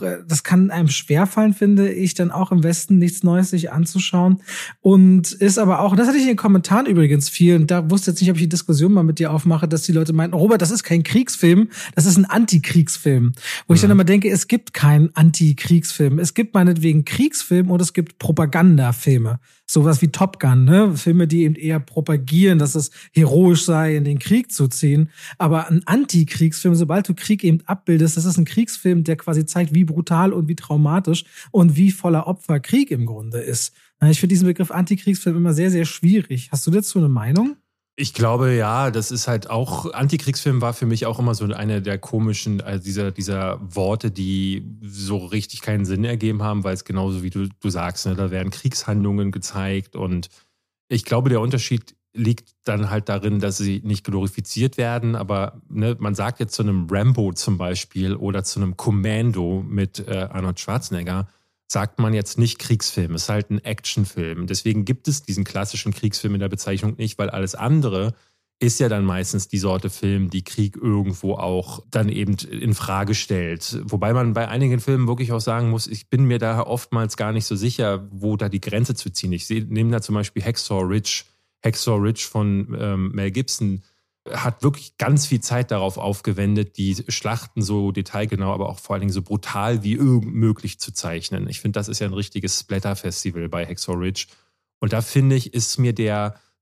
einem schwerfallen, finde ich, dann auch Im Westen nichts Neues sich anzuschauen. Und ist aber auch, das hatte ich in den Kommentaren übrigens viel, und da wusste jetzt nicht, ob ich die Diskussion mal mit dir aufmache, dass die Leute meinten, Robert, das ist kein Kriegsfilm, das ist ein Antikriegsfilm. Wo ich dann immer denke, es gibt keinen Antikriegsfilm. Es gibt meinetwegen Kriegsfilm und es gibt Propagandafilme. Sowas wie Top Gun, ne? Filme, die eben eher propagieren, dass es heroisch sei, in den Krieg zu ziehen. Aber ein Antikriegsfilm, sobald du Krieg eben abbildest, das ist ein Kriegsfilm, der quasi zeigt, wie brutal und wie traumatisch und wie voller Opfer Krieg im Grunde ist. Ich finde diesen Begriff Antikriegsfilm immer sehr, sehr schwierig. Hast du dazu eine Meinung?
Ich glaube, ja, das ist halt auch, Antikriegsfilm war für mich auch immer so eine der komischen, also dieser Worte, die so richtig keinen Sinn ergeben haben, weil es genauso wie du sagst, ne, da werden Kriegshandlungen gezeigt und ich glaube, der Unterschied liegt dann halt darin, dass sie nicht glorifiziert werden, aber ne, man sagt jetzt zu einem Rambo zum Beispiel oder zu einem Commando mit Arnold Schwarzenegger, sagt man jetzt nicht Kriegsfilm, es ist halt ein Actionfilm. Deswegen gibt es diesen klassischen Kriegsfilm in der Bezeichnung nicht, weil alles andere ist ja dann meistens die Sorte Film, die Krieg irgendwo auch dann eben in Frage stellt. Wobei man bei einigen Filmen wirklich auch sagen muss, ich bin mir da oftmals gar nicht so sicher, wo da die Grenze zu ziehen. Ich nehme da zum Beispiel Hacksaw Ridge. Hacksaw Ridge von Mel Gibson hat wirklich ganz viel Zeit darauf aufgewendet, die Schlachten so detailgenau, aber auch vor allen Dingen so brutal wie irgend möglich zu zeichnen. Ich finde, das ist ja ein richtiges Splatter-Festival bei Hacksaw Ridge. Und da finde ich, ist mir der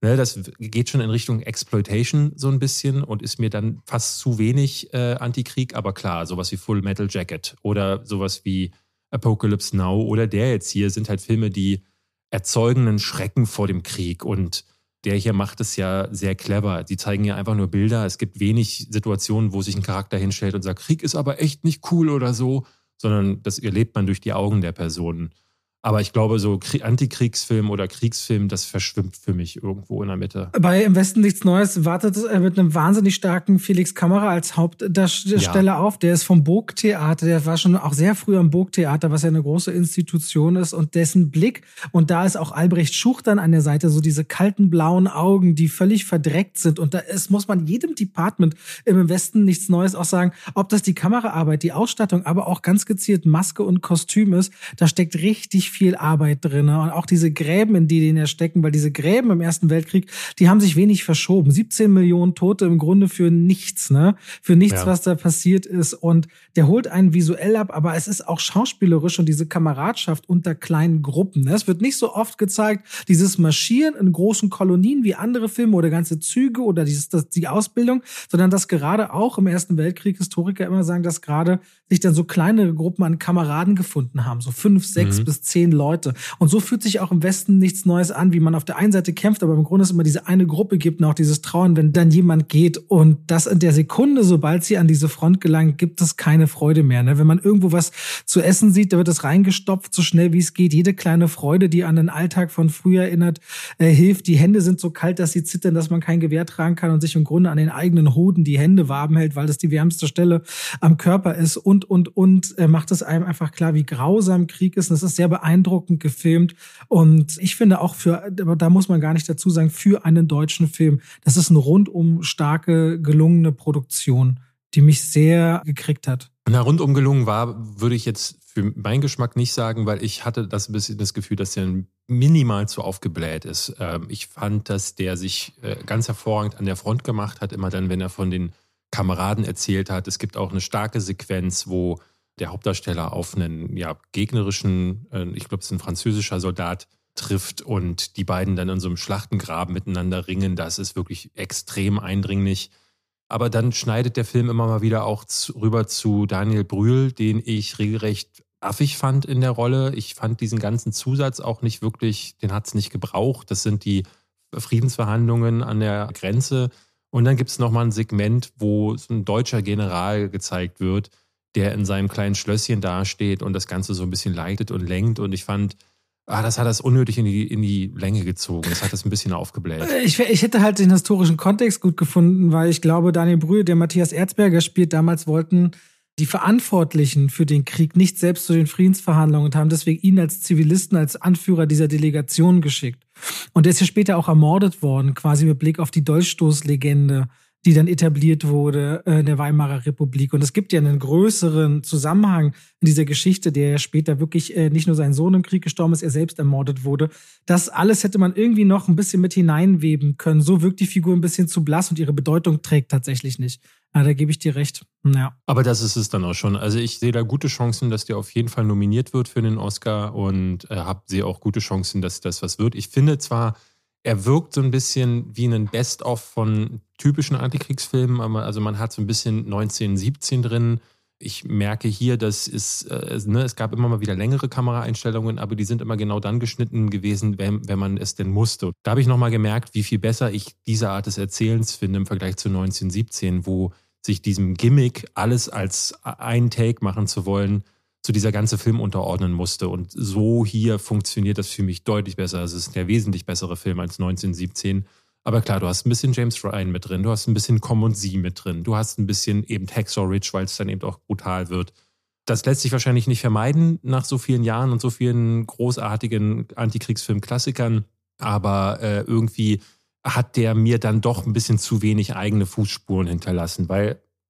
Ne, das geht schon in Richtung Exploitation so ein bisschen und ist mir dann fast zu wenig Antikrieg. Aber klar, sowas wie Full Metal Jacket oder sowas wie Apocalypse Now oder der jetzt hier sind halt Filme, die erzeugen einen Schrecken vor dem Krieg. Und der hier macht es ja sehr clever. Die zeigen ja einfach nur Bilder. Es gibt wenig Situationen, wo sich ein Charakter hinstellt und sagt, Krieg ist aber echt nicht cool oder so, sondern das erlebt man durch die Augen der Personen. Aber ich glaube, so Antikriegsfilm oder Kriegsfilm, das verschwimmt für mich irgendwo in der Mitte.
Bei Im Westen nichts Neues wartet mit einem wahnsinnig starken Felix Kammerer als Hauptdarsteller auf. Der ist vom Burgtheater, der war schon auch sehr früh am Burgtheater, was ja eine große Institution ist. Und dessen Blick, und da ist auch Albrecht Schuch dann an der Seite, so diese kalten blauen Augen, die völlig verdreckt sind. Und da ist, muss man jedem Department im Westen nichts Neues auch sagen, ob das die Kameraarbeit, die Ausstattung, aber auch ganz gezielt Maske und Kostüm ist, da steckt richtig viel Arbeit drin. Und auch diese Gräben, in die ja stecken, weil diese Gräben im Ersten Weltkrieg, die haben sich wenig verschoben. 17 Millionen Tote im Grunde für nichts, ne? Für nichts, was da passiert ist. Und der holt einen visuell ab, aber es ist auch schauspielerisch und diese Kameradschaft unter kleinen Gruppen. Ne? Es wird nicht so oft gezeigt, dieses Marschieren in großen Kolonien wie andere Filme oder ganze Züge oder die Ausbildung, sondern dass gerade auch im Ersten Weltkrieg Historiker immer sagen, dass gerade sich dann so kleinere Gruppen an Kameraden gefunden haben, so 5, 6 bis 10 Leute. Und so fühlt sich auch im Westen nichts Neues an, wie man auf der einen Seite kämpft, aber im Grunde es immer diese eine Gruppe gibt und auch dieses Trauern, wenn dann jemand geht. Und das in der Sekunde, sobald sie an diese Front gelangt, gibt es keine Freude mehr. Ne? Wenn man irgendwo was zu essen sieht, da wird es reingestopft, so schnell wie es geht. Jede kleine Freude, die an den Alltag von früher erinnert, hilft. Die Hände sind so kalt, dass sie zittern, dass man kein Gewehr tragen kann und sich im Grunde an den eigenen Hoden die Hände warm hält, weil das die wärmste Stelle am Körper ist und macht es einem einfach klar, wie grausam Krieg ist. Und es ist sehr beeindruckend gefilmt. Und ich finde auch da muss man gar nicht dazu sagen, für einen deutschen Film, das ist eine rundum starke, gelungene Produktion, die mich sehr gekriegt hat.
Na, rundum gelungen war, würde ich jetzt für meinen Geschmack nicht sagen, weil ich hatte das ein bisschen das Gefühl, dass der minimal zu aufgebläht ist. Ich fand, dass der sich ganz hervorragend an der Front gemacht hat, immer dann, wenn er von den Kameraden erzählt hat. Es gibt auch eine starke Sequenz, wo der Hauptdarsteller auf einen gegnerischen, ich glaube, es ist ein französischer Soldat, trifft und die beiden dann in so einem Schlachtengraben miteinander ringen. Das ist wirklich extrem eindringlich. Aber dann schneidet der Film immer mal wieder auch rüber zu Daniel Brühl, den ich regelrecht affig fand in der Rolle. Ich fand diesen ganzen Zusatz auch nicht wirklich, den hat es nicht gebraucht. Das sind die Friedensverhandlungen an der Grenze. Und dann gibt es nochmal ein Segment, wo so ein deutscher General gezeigt wird, der in seinem kleinen Schlösschen dasteht und das Ganze so ein bisschen leitet und lenkt. Und ich fand, das hat das unnötig in die Länge gezogen. Das hat das ein bisschen aufgebläht.
Ich hätte halt den historischen Kontext gut gefunden, weil ich glaube, Daniel Brühl, der Matthias Erzberger spielt, damals wollten die Verantwortlichen für den Krieg nicht selbst zu den Friedensverhandlungen und haben deswegen ihn als Zivilisten, als Anführer dieser Delegation geschickt. Und der ist ja später auch ermordet worden, quasi mit Blick auf die Dolchstoßlegende, die dann etabliert wurde in der Weimarer Republik. Und es gibt ja einen größeren Zusammenhang in dieser Geschichte, der ja später wirklich nicht nur sein Sohn im Krieg gestorben ist, er selbst ermordet wurde. Das alles hätte man irgendwie noch ein bisschen mit hineinweben können. So wirkt die Figur ein bisschen zu blass und ihre Bedeutung trägt tatsächlich nicht. Ja, da gebe ich dir recht. Ja.
Aber das ist es dann auch schon. Also ich sehe da gute Chancen, dass der auf jeden Fall nominiert wird für den Oscar und sehe auch gute Chancen, dass das was wird. Ich finde zwar, er wirkt so ein bisschen wie ein Best-of von typischen Antikriegsfilmen, aber also man hat so ein bisschen 1917 drin. Ich merke hier, es gab immer mal wieder längere Kameraeinstellungen, aber die sind immer genau dann geschnitten gewesen, wenn man es denn musste. Da habe ich nochmal gemerkt, wie viel besser ich diese Art des Erzählens finde im Vergleich zu 1917, wo sich diesem Gimmick, alles als ein Take machen zu wollen, zu dieser ganze Film unterordnen musste. Und so hier funktioniert das für mich deutlich besser. Es ist der wesentlich bessere Film als 1917. Aber klar, du hast ein bisschen James Ryan mit drin, du hast ein bisschen Comm und Sie mit drin, du hast ein bisschen eben Hacksaw Ridge, weil es dann eben auch brutal wird. Das lässt sich wahrscheinlich nicht vermeiden nach so vielen Jahren und so vielen großartigen Antikriegsfilm-Klassikern. Aber irgendwie hat der mir dann doch ein bisschen zu wenig eigene Fußspuren hinterlassen, weil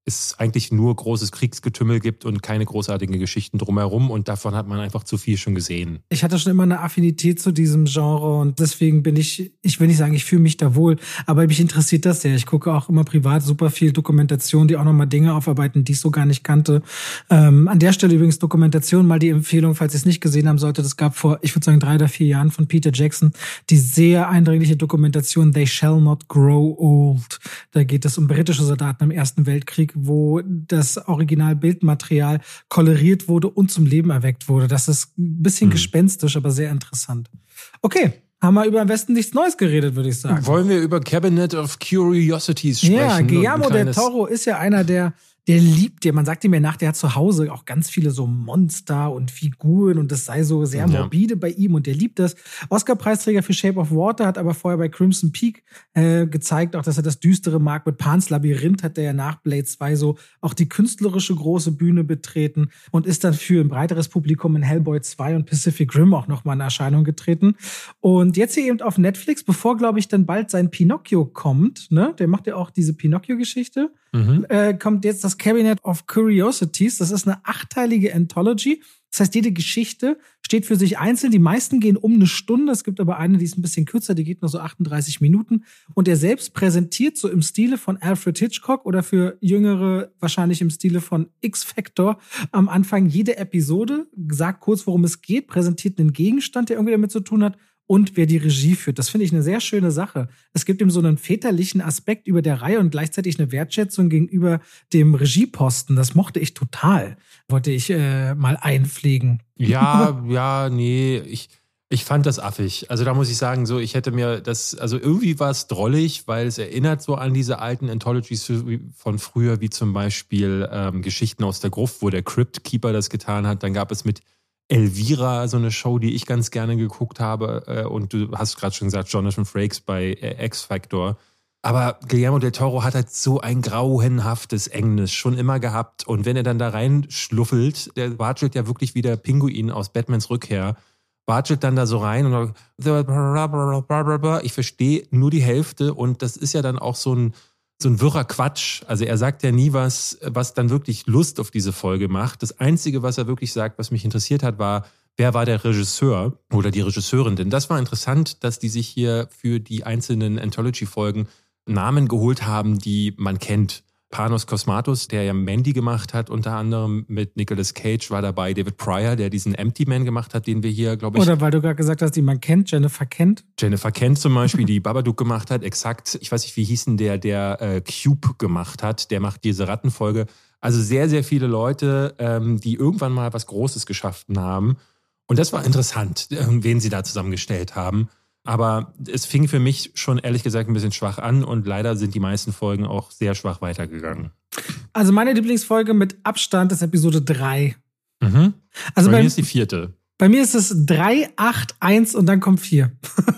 es eigentlich nur großes Kriegsgetümmel gibt und keine großartigen Geschichten drumherum und davon hat man einfach zu viel schon gesehen.
Ich hatte schon immer eine Affinität zu diesem Genre und deswegen bin ich will nicht sagen, ich fühle mich da wohl, aber mich interessiert das sehr. Ich gucke auch immer privat super viel Dokumentation, die auch nochmal Dinge aufarbeiten, die ich so gar nicht kannte. An der Stelle übrigens Dokumentation, mal die Empfehlung, falls ihr es nicht gesehen haben solltet, es gab vor, ich würde sagen, 3 oder 4 Jahren von Peter Jackson die sehr eindringliche Dokumentation They Shall Not Grow Old. Da geht es um britische Soldaten im Ersten Weltkrieg, wo das Original-Bildmaterial koloriert wurde und zum Leben erweckt wurde. Das ist ein bisschen gespenstisch, aber sehr interessant. Okay, haben wir über am besten nichts Neues geredet, würde ich sagen.
Wollen wir über Cabinet of Curiosities sprechen?
Ja, Guillermo del Toro ist ja einer, der liebt ja, man sagt ihm ja nach, der hat zu Hause auch ganz viele so Monster und Figuren und das sei so sehr morbide bei ihm und der liebt das. Oscar-Preisträger für Shape of Water, hat aber vorher bei Crimson Peak gezeigt, auch dass er das Düstere mag. Mit Pan's Labyrinth hat er ja nach Blade 2 so auch die künstlerische große Bühne betreten und ist dann für ein breiteres Publikum in Hellboy 2 und Pacific Rim auch nochmal in Erscheinung getreten. Und jetzt hier eben auf Netflix, bevor, glaube ich, dann bald sein Pinocchio kommt, ne? Der macht ja auch diese Pinocchio-Geschichte. Kommt jetzt das Cabinet of Curiosities. Das ist eine 8-teilige Anthology. Das heißt, jede Geschichte steht für sich einzeln. Die meisten gehen um eine Stunde. Es gibt aber eine, die ist ein bisschen kürzer, die geht nur so 38 Minuten. Und er selbst präsentiert so im Stile von Alfred Hitchcock oder für Jüngere wahrscheinlich im Stile von X-Factor am Anfang jede Episode, sagt kurz, worum es geht, präsentiert einen Gegenstand, der irgendwie damit zu tun hat und wer die Regie führt. Das finde ich eine sehr schöne Sache. Es gibt ihm so einen väterlichen Aspekt über der Reihe und gleichzeitig eine Wertschätzung gegenüber dem Regieposten. Das mochte ich total. Wollte ich mal einpflegen.
Ja, nee, ich fand das affig. Also da muss ich sagen, so ich hätte mir das, also irgendwie war es drollig, weil es erinnert so an diese alten Anthologies von früher, wie zum Beispiel Geschichten aus der Gruft, wo der Crypt Keeper das getan hat. Dann gab es mit Elvira, so eine Show, die ich ganz gerne geguckt habe. Und du hast gerade schon gesagt, Jonathan Frakes bei X-Factor. Aber Guillermo del Toro hat halt so ein grauenhaftes Englisch schon immer gehabt. Und wenn er dann da reinschluffelt, der watschelt ja wirklich wie der Pinguin aus Batmans Rückkehr, watschelt dann da so rein und ich verstehe nur die Hälfte. Und das ist ja dann auch so ein wirrer Quatsch. Also er sagt ja nie was dann wirklich Lust auf diese Folge macht. Das Einzige, was er wirklich sagt, was mich interessiert hat, war, wer war der Regisseur oder die Regisseurin? Denn das war interessant, dass die sich hier für die einzelnen Anthology-Folgen Namen geholt haben, die man kennt. Panos Cosmatos, der ja Mandy gemacht hat, unter anderem mit Nicolas Cage war dabei, David Pryor, der diesen Empty Man gemacht hat, den wir hier, glaube ich...
Oder weil du gerade gesagt hast, die man kennt, Jennifer Kent.
Jennifer Kent zum Beispiel, die Babadook gemacht hat, exakt. Ich weiß nicht, wie hieß denn der Cube gemacht hat, der macht diese Rattenfolge. Also sehr, sehr viele Leute, die irgendwann mal was Großes geschaffen haben. Und das war interessant, wen sie da zusammengestellt haben. Aber es fing für mich schon ehrlich gesagt ein bisschen schwach an und leider sind die meisten Folgen auch sehr schwach weitergegangen.
Also meine Lieblingsfolge mit Abstand ist Episode 3.
Also bei mir ist die 4.
Bei mir ist es 3, 8, 1 und dann kommt 4.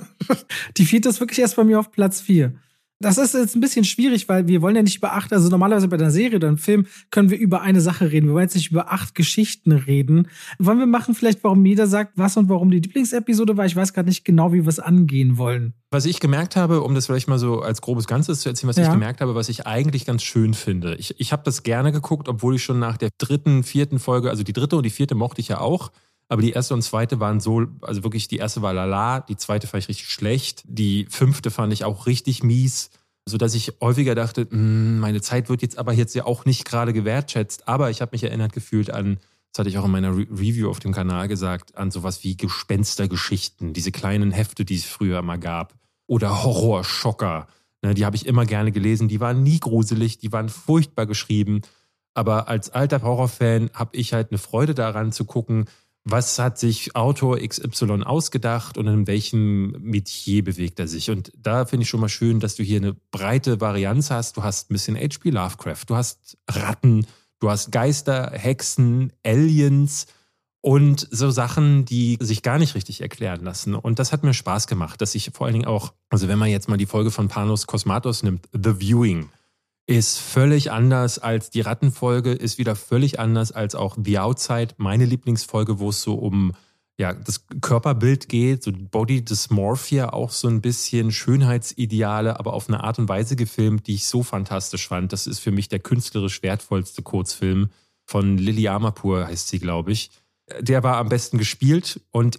Die 4. ist wirklich erst bei mir auf Platz 4. Das ist jetzt ein bisschen schwierig, weil wir wollen ja nicht über 8, also normalerweise bei einer Serie oder einem Film können wir über eine Sache reden. Wir wollen jetzt nicht über 8 Geschichten reden. Wollen wir machen vielleicht, warum jeder sagt, was und warum die Lieblingsepisode war? Ich weiß gerade nicht genau, wie wir es angehen wollen.
Was ich gemerkt habe, um das vielleicht mal so als grobes Ganzes zu erzählen, was ich gemerkt habe, was ich eigentlich ganz schön finde. Ich habe das gerne geguckt, obwohl ich schon nach der 3., 4. Folge, also die 3. und die 4. mochte ich ja auch, aber die 1. und 2. waren so, also wirklich die 1. war lala, die 2. fand ich richtig schlecht, die 5. fand ich auch richtig mies, sodass ich häufiger dachte, meine Zeit wird jetzt aber ja auch nicht gerade gewertschätzt, aber ich habe mich erinnert gefühlt an, das hatte ich auch in meiner Review auf dem Kanal gesagt, an sowas wie Gespenstergeschichten, diese kleinen Hefte, die es früher mal gab, oder Horrorschocker, ne, die habe ich immer gerne gelesen, die waren nie gruselig, die waren furchtbar geschrieben, aber als alter Horrorfan habe ich halt eine Freude daran zu gucken, was hat sich Autor XY ausgedacht und in welchem Metier bewegt er sich. Und da finde ich schon mal schön, dass du hier eine breite Varianz hast. Du hast ein bisschen H.P. Lovecraft, du hast Ratten, du hast Geister, Hexen, Aliens und so Sachen, die sich gar nicht richtig erklären lassen. Und das hat mir Spaß gemacht, dass ich vor allen Dingen auch, also wenn man jetzt mal die Folge von Panos Cosmatos nimmt, The Viewing, ist völlig anders als die Rattenfolge, ist wieder völlig anders als auch The Outside, meine Lieblingsfolge, wo es so um das Körperbild geht, so Body Dysmorphia, auch so ein bisschen Schönheitsideale, aber auf eine Art und Weise gefilmt, die ich so fantastisch fand. Das ist für mich der künstlerisch wertvollste Kurzfilm von Lily Amarpour, heißt sie, glaube ich. Der war am besten gespielt und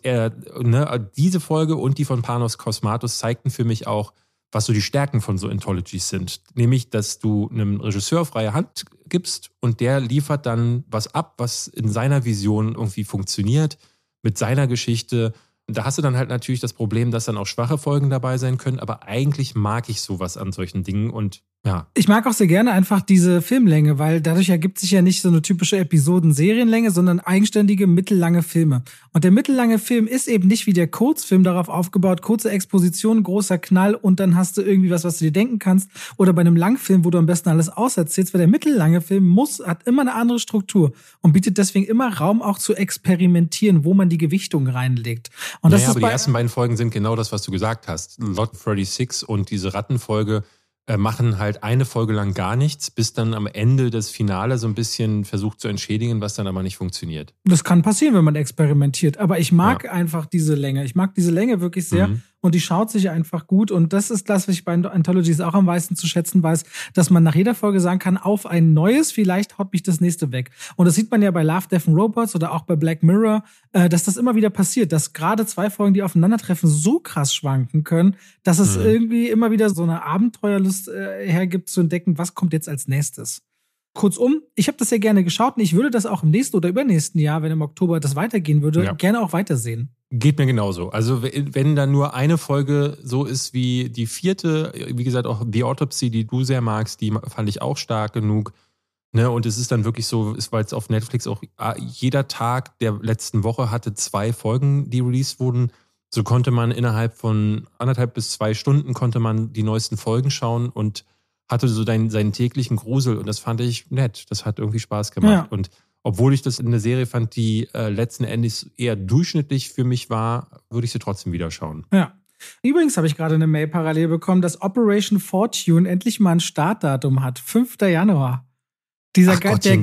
diese Folge und die von Panos Cosmatos zeigten für mich auch, was so die Stärken von so Anthologies sind. Nämlich, dass du einem Regisseur freie Hand gibst und der liefert dann was ab, was in seiner Vision irgendwie funktioniert, mit seiner Geschichte. Da hast du dann halt natürlich das Problem, dass dann auch schwache Folgen dabei sein können, aber eigentlich mag ich sowas an solchen Dingen und ja.
Ich mag auch sehr gerne einfach diese Filmlänge, weil dadurch ergibt sich ja nicht so eine typische Episoden-Serienlänge, sondern eigenständige, mittellange Filme. Und der mittellange Film ist eben nicht wie der Kurzfilm darauf aufgebaut, kurze Exposition, großer Knall und dann hast du irgendwie was du dir denken kannst. Oder bei einem Langfilm, wo du am besten alles auserzählst, weil der mittellange Film hat immer eine andere Struktur und bietet deswegen immer Raum auch zu experimentieren, wo man die Gewichtung reinlegt. Und das ist
aber die ersten beiden Folgen sind genau das, was du gesagt hast. Lot 36 und diese Rattenfolge machen halt eine Folge lang gar nichts, bis dann am Ende das Finale so ein bisschen versucht zu entschädigen, was dann aber nicht funktioniert.
Das kann passieren, wenn man experimentiert. Aber ich mag einfach diese Länge. Ich mag diese Länge wirklich sehr. Und die schaut sich einfach gut. Und das ist das, was ich bei Anthologies auch am meisten zu schätzen weiß, dass man nach jeder Folge sagen kann, auf ein neues, vielleicht haut mich das nächste weg. Und das sieht man ja bei Love, Death and Robots oder auch bei Black Mirror, dass das immer wieder passiert, dass gerade zwei Folgen, die aufeinandertreffen, so krass schwanken können, dass es irgendwie immer wieder so eine Abenteuerlust hergibt, zu entdecken, was kommt jetzt als nächstes. Kurzum, ich habe das sehr gerne geschaut und ich würde das auch im nächsten oder übernächsten Jahr, wenn im Oktober das weitergehen würde, gerne auch weitersehen.
Geht mir genauso. Also wenn da nur eine Folge so ist wie die vierte, wie gesagt auch The Autopsy, die du sehr magst, die fand ich auch stark genug. Ne? Und es ist dann wirklich so, es war jetzt auf Netflix auch, jeder Tag der letzten Woche hatte 2 Folgen, die released wurden. So konnte man innerhalb von 1,5 bis 2 Stunden konnte man die neuesten Folgen schauen und hatte so seinen täglichen Grusel. Und das fand ich nett. Das hat irgendwie Spaß gemacht. Ja. Und obwohl ich das in der Serie fand, die letzten Endes eher durchschnittlich für mich war, würde ich sie trotzdem wieder schauen.
Ja. Übrigens habe ich gerade eine Mail parallel bekommen, dass Operation Fortune endlich mal ein Startdatum hat. 5. Januar. Der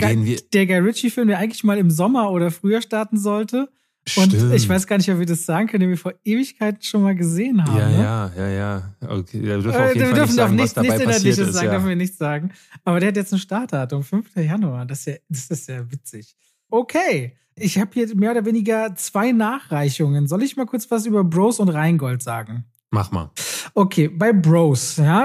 Guy Ritchie-Film, der eigentlich mal im Sommer oder früher starten sollte. Und ich weiß gar nicht, ob wir das sagen können, den wir vor Ewigkeiten schon mal gesehen haben.
Ja. Okay. Wir dürfen auf jeden Fall nicht sagen, was dabei passiert ist.
Dürfen wir nicht sagen. Aber der hat jetzt ein Startdatum, 5. Januar. Das ist ja witzig. Okay. Ich habe hier mehr oder weniger 2 Nachreichungen. Soll ich mal kurz was über Bros und Rheingold sagen?
Mach mal.
Okay, bei Bros, ja,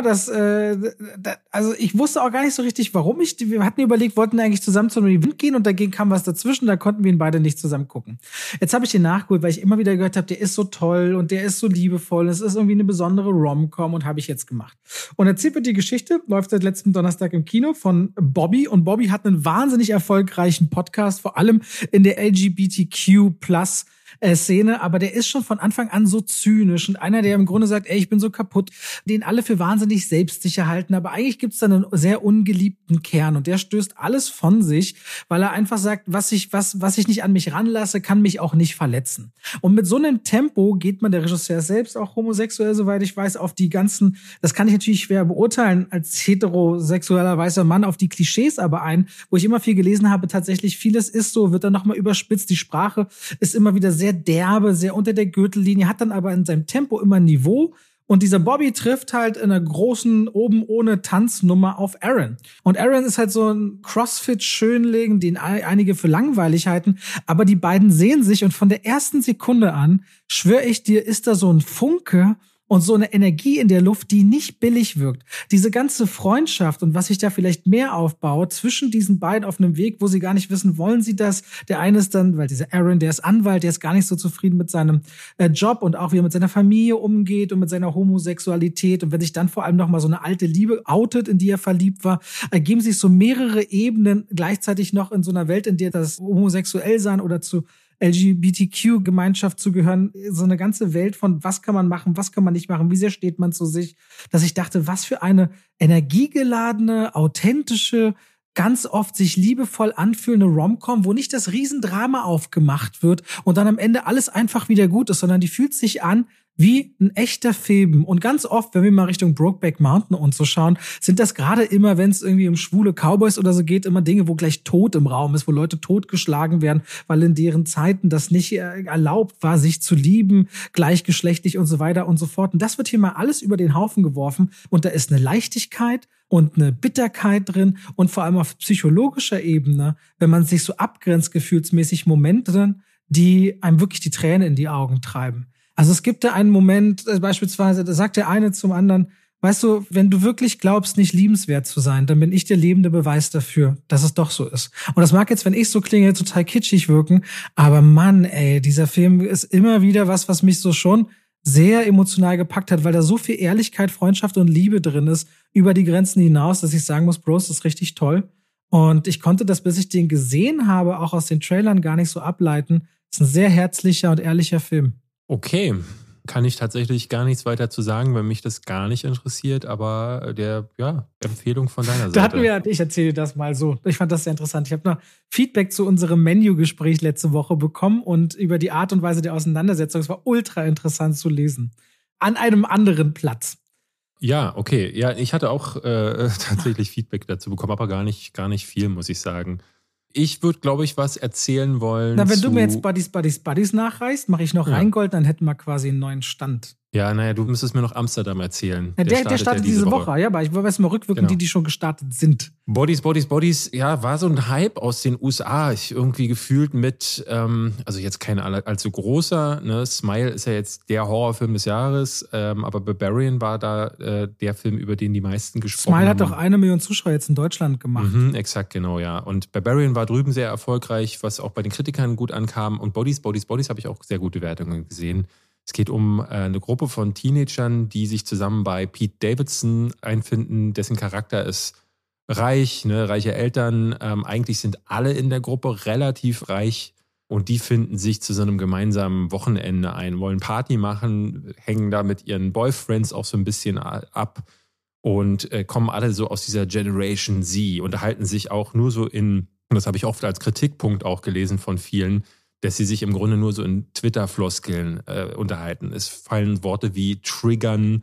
also ich wusste auch gar nicht so richtig, warum wir hatten überlegt, wollten eigentlich zusammen zu einem Event gehen und dagegen kam was dazwischen, da konnten wir ihn beide nicht zusammen gucken. Jetzt habe ich den nachgeholt, weil ich immer wieder gehört habe, der ist so toll und der ist so liebevoll, es ist irgendwie eine besondere Rom-Com und habe ich jetzt gemacht. Und erzählt wird die Geschichte, läuft seit letztem Donnerstag im Kino von Bobby und Bobby hat einen wahnsinnig erfolgreichen Podcast, vor allem in der LGBTQ+ Szene, aber der ist schon von Anfang an so zynisch und einer, der im Grunde sagt, ey, ich bin so kaputt, den alle für wahnsinnig selbstsicher halten, aber eigentlich gibt's da einen sehr ungeliebten Kern und der stößt alles von sich, weil er einfach sagt, was ich nicht an mich ranlasse, kann mich auch nicht verletzen. Und mit so einem Tempo geht man, der Regisseur selbst auch homosexuell, soweit ich weiß, auf die ganzen, das kann ich natürlich schwer beurteilen, als heterosexueller weißer Mann auf die Klischees aber ein, wo ich immer viel gelesen habe, tatsächlich vieles ist so, wird dann nochmal überspitzt, die Sprache ist immer wieder sehr derbe, sehr unter der Gürtellinie, hat dann aber in seinem Tempo immer ein Niveau. Und dieser Bobby trifft halt in einer großen oben ohne Tanznummer auf Aaron. Und Aaron ist halt so ein Crossfit-Schönling, den einige für langweilig halten. Aber die beiden sehen sich und von der ersten Sekunde an, schwöre ich dir, ist da so ein Funke und so eine Energie in der Luft, die nicht billig wirkt. Diese ganze Freundschaft und was sich da vielleicht mehr aufbaut zwischen diesen beiden auf einem Weg, wo sie gar nicht wissen, wollen sie das? Der eine ist dann, weil dieser Aaron, der ist Anwalt, der ist gar nicht so zufrieden mit seinem Job und auch wie er mit seiner Familie umgeht und mit seiner Homosexualität. Und wenn sich dann vor allem noch mal so eine alte Liebe outet, in die er verliebt war, ergeben sich so mehrere Ebenen gleichzeitig noch in so einer Welt, in der das homosexuell sein oder zu LGBTQ-Gemeinschaft zu gehören, so eine ganze Welt von was kann man machen, was kann man nicht machen, wie sehr steht man zu sich, dass ich dachte, was für eine energiegeladene, authentische, ganz oft sich liebevoll anfühlende Rom-Com, wo nicht das Riesendrama aufgemacht wird und dann am Ende alles einfach wieder gut ist, sondern die fühlt sich an wie ein echter Film. Und ganz oft, wenn wir mal Richtung Brokeback Mountain und so schauen, sind das gerade immer, wenn es irgendwie um schwule Cowboys oder so geht, immer Dinge, wo gleich Tod im Raum ist, wo Leute totgeschlagen werden, weil in deren Zeiten das nicht erlaubt war, sich zu lieben, gleichgeschlechtlich und so weiter und so fort. Und das wird hier mal alles über den Haufen geworfen. Und da ist eine Leichtigkeit und eine Bitterkeit drin und vor allem auf psychologischer Ebene, wenn man sich so abgrenzt, gefühlsmäßig Momente drin, die einem wirklich die Tränen in die Augen treiben. Also es gibt da einen Moment, beispielsweise, da sagt der eine zum anderen, weißt du, wenn du wirklich glaubst, nicht liebenswert zu sein, dann bin ich der lebende Beweis dafür, dass es doch so ist. Und das mag jetzt, wenn ich so klinge, total kitschig wirken, aber Mann, ey, dieser Film ist immer wieder was mich so schon sehr emotional gepackt hat, weil da so viel Ehrlichkeit, Freundschaft und Liebe drin ist, über die Grenzen hinaus, dass ich sagen muss, Bros, das ist richtig toll. Und ich konnte das, bis ich den gesehen habe, auch aus den Trailern gar nicht so ableiten. Das ist ein sehr herzlicher und ehrlicher Film.
Okay, kann ich tatsächlich gar nichts weiter zu sagen, weil mich das gar nicht interessiert, aber Empfehlung von deiner Seite.
Ich erzähle das mal so. Ich fand das sehr interessant. Ich habe noch Feedback zu unserem Menü-Gespräch letzte Woche bekommen und über die Art und Weise der Auseinandersetzung. Es war ultra interessant zu lesen. An einem anderen Platz.
Ja, okay. Ja, ich hatte auch tatsächlich Feedback dazu bekommen, aber gar nicht viel, muss ich sagen. Ich würde, glaube ich, was erzählen wollen.
Na, wenn du mir jetzt Buddies nachreichst, mache ich noch Rheingold, dann hätten wir quasi einen neuen Stand.
Ja, naja, du müsstest mir noch Amsterdam erzählen.
Ja, der startet diese Woche. Ja, aber ich weiß mal rückwirkend,
genau.
die schon gestartet sind.
Bodies, ja, war so ein Hype aus den USA. Ich irgendwie gefühlt mit, also jetzt kein allzu großer, ne? Smile ist ja jetzt der Horrorfilm des Jahres, aber Barbarian war da der Film, über den die meisten gesprochen haben.
Smile hat doch 1 Million Zuschauer jetzt in Deutschland gemacht.
Exakt, genau, ja. Und Barbarian war drüben sehr erfolgreich, was auch bei den Kritikern gut ankam. Und Bodies habe ich auch sehr gute Wertungen gesehen. Es geht um eine Gruppe von Teenagern, die sich zusammen bei Pete Davidson einfinden, dessen Charakter ist reich, ne, reiche Eltern. Eigentlich sind alle in der Gruppe relativ reich und die finden sich zu so einem gemeinsamen Wochenende ein, wollen Party machen, hängen da mit ihren Boyfriends auch so ein bisschen ab und kommen alle so aus dieser Generation Z, unterhalten sich auch nur so und das habe ich oft als Kritikpunkt auch gelesen von vielen, dass sie sich im Grunde nur so in Twitter-Floskeln unterhalten. Es fallen Worte wie triggern,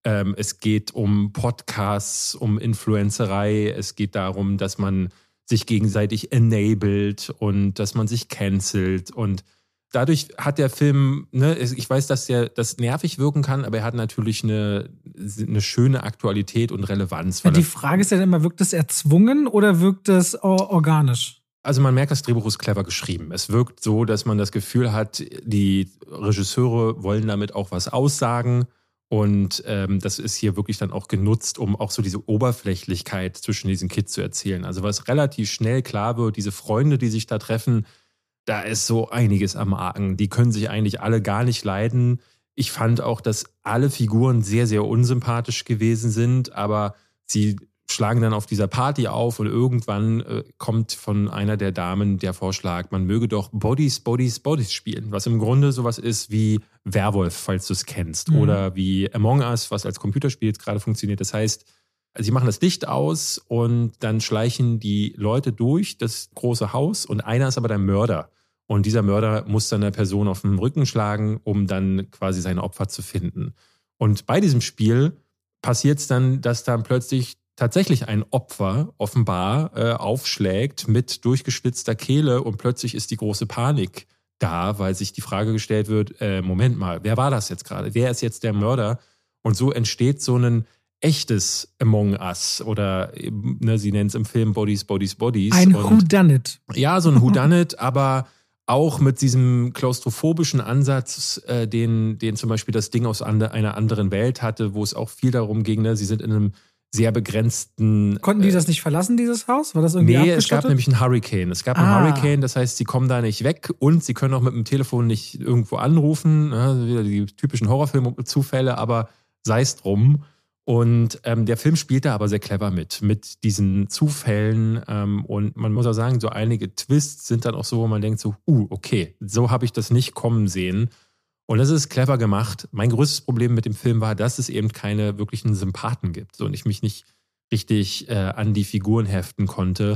es geht um Podcasts, um Influencerei, es geht darum, dass man sich gegenseitig enabled und dass man sich cancelt. Und dadurch hat der Film, ne, ich weiß, dass das nervig wirken kann, aber er hat natürlich eine schöne Aktualität und Relevanz.
Ja, die Frage ist ja immer, wirkt es erzwungen oder wirkt es organisch?
Also man merkt, das Drehbuch ist clever geschrieben. Es wirkt so, dass man das Gefühl hat, die Regisseure wollen damit auch was aussagen. Und das ist hier wirklich dann auch genutzt, um auch so diese Oberflächlichkeit zwischen diesen Kids zu erzählen. Also was relativ schnell klar wird, diese Freunde, die sich da treffen, da ist so einiges am Argen. Die können sich eigentlich alle gar nicht leiden. Ich fand auch, dass alle Figuren sehr, sehr unsympathisch gewesen sind, aber sie schlagen dann auf dieser Party auf und irgendwann kommt von einer der Damen der Vorschlag, man möge doch Bodies spielen, was im Grunde sowas ist wie Werwolf, falls du es kennst, oder wie Among Us, was als Computerspiel jetzt gerade funktioniert. Das heißt, sie machen das Licht aus und dann schleichen die Leute durch das große Haus und einer ist aber der Mörder. Und dieser Mörder muss dann der Person auf den Rücken schlagen, um dann quasi seine Opfer zu finden. Und bei diesem Spiel passiert es dann, dass dann plötzlich tatsächlich ein Opfer offenbar aufschlägt mit durchgeschlitzter Kehle und plötzlich ist die große Panik da, weil sich die Frage gestellt wird, Moment mal, wer war das jetzt gerade? Wer ist jetzt der Mörder? Und so entsteht so ein echtes Among Us oder ne, sie nennt es im Film Bodies.
Ein Whodunit.
Ja, so ein Whodunit, aber auch mit diesem klaustrophobischen Ansatz, den zum Beispiel das Ding aus einer anderen Welt hatte, wo es auch viel darum ging, ne, sie sind in einem sehr begrenzten...
Konnten die das nicht verlassen, dieses Haus? War das irgendwie
abgeschottet? Nee, es gab nämlich einen Hurricane. Hurricane, das heißt, sie kommen da nicht weg und sie können auch mit dem Telefon nicht irgendwo anrufen. Ja, wieder die typischen Horrorfilm-Zufälle, aber sei es drum. Und der Film spielt da aber sehr clever mit diesen Zufällen. Und man muss auch sagen, so einige Twists sind dann auch so, wo man denkt so, okay, so habe ich das nicht kommen sehen. Und das ist clever gemacht. Mein größtes Problem mit dem Film war, dass es eben keine wirklichen Sympathen gibt. So, und ich mich nicht richtig an die Figuren heften konnte.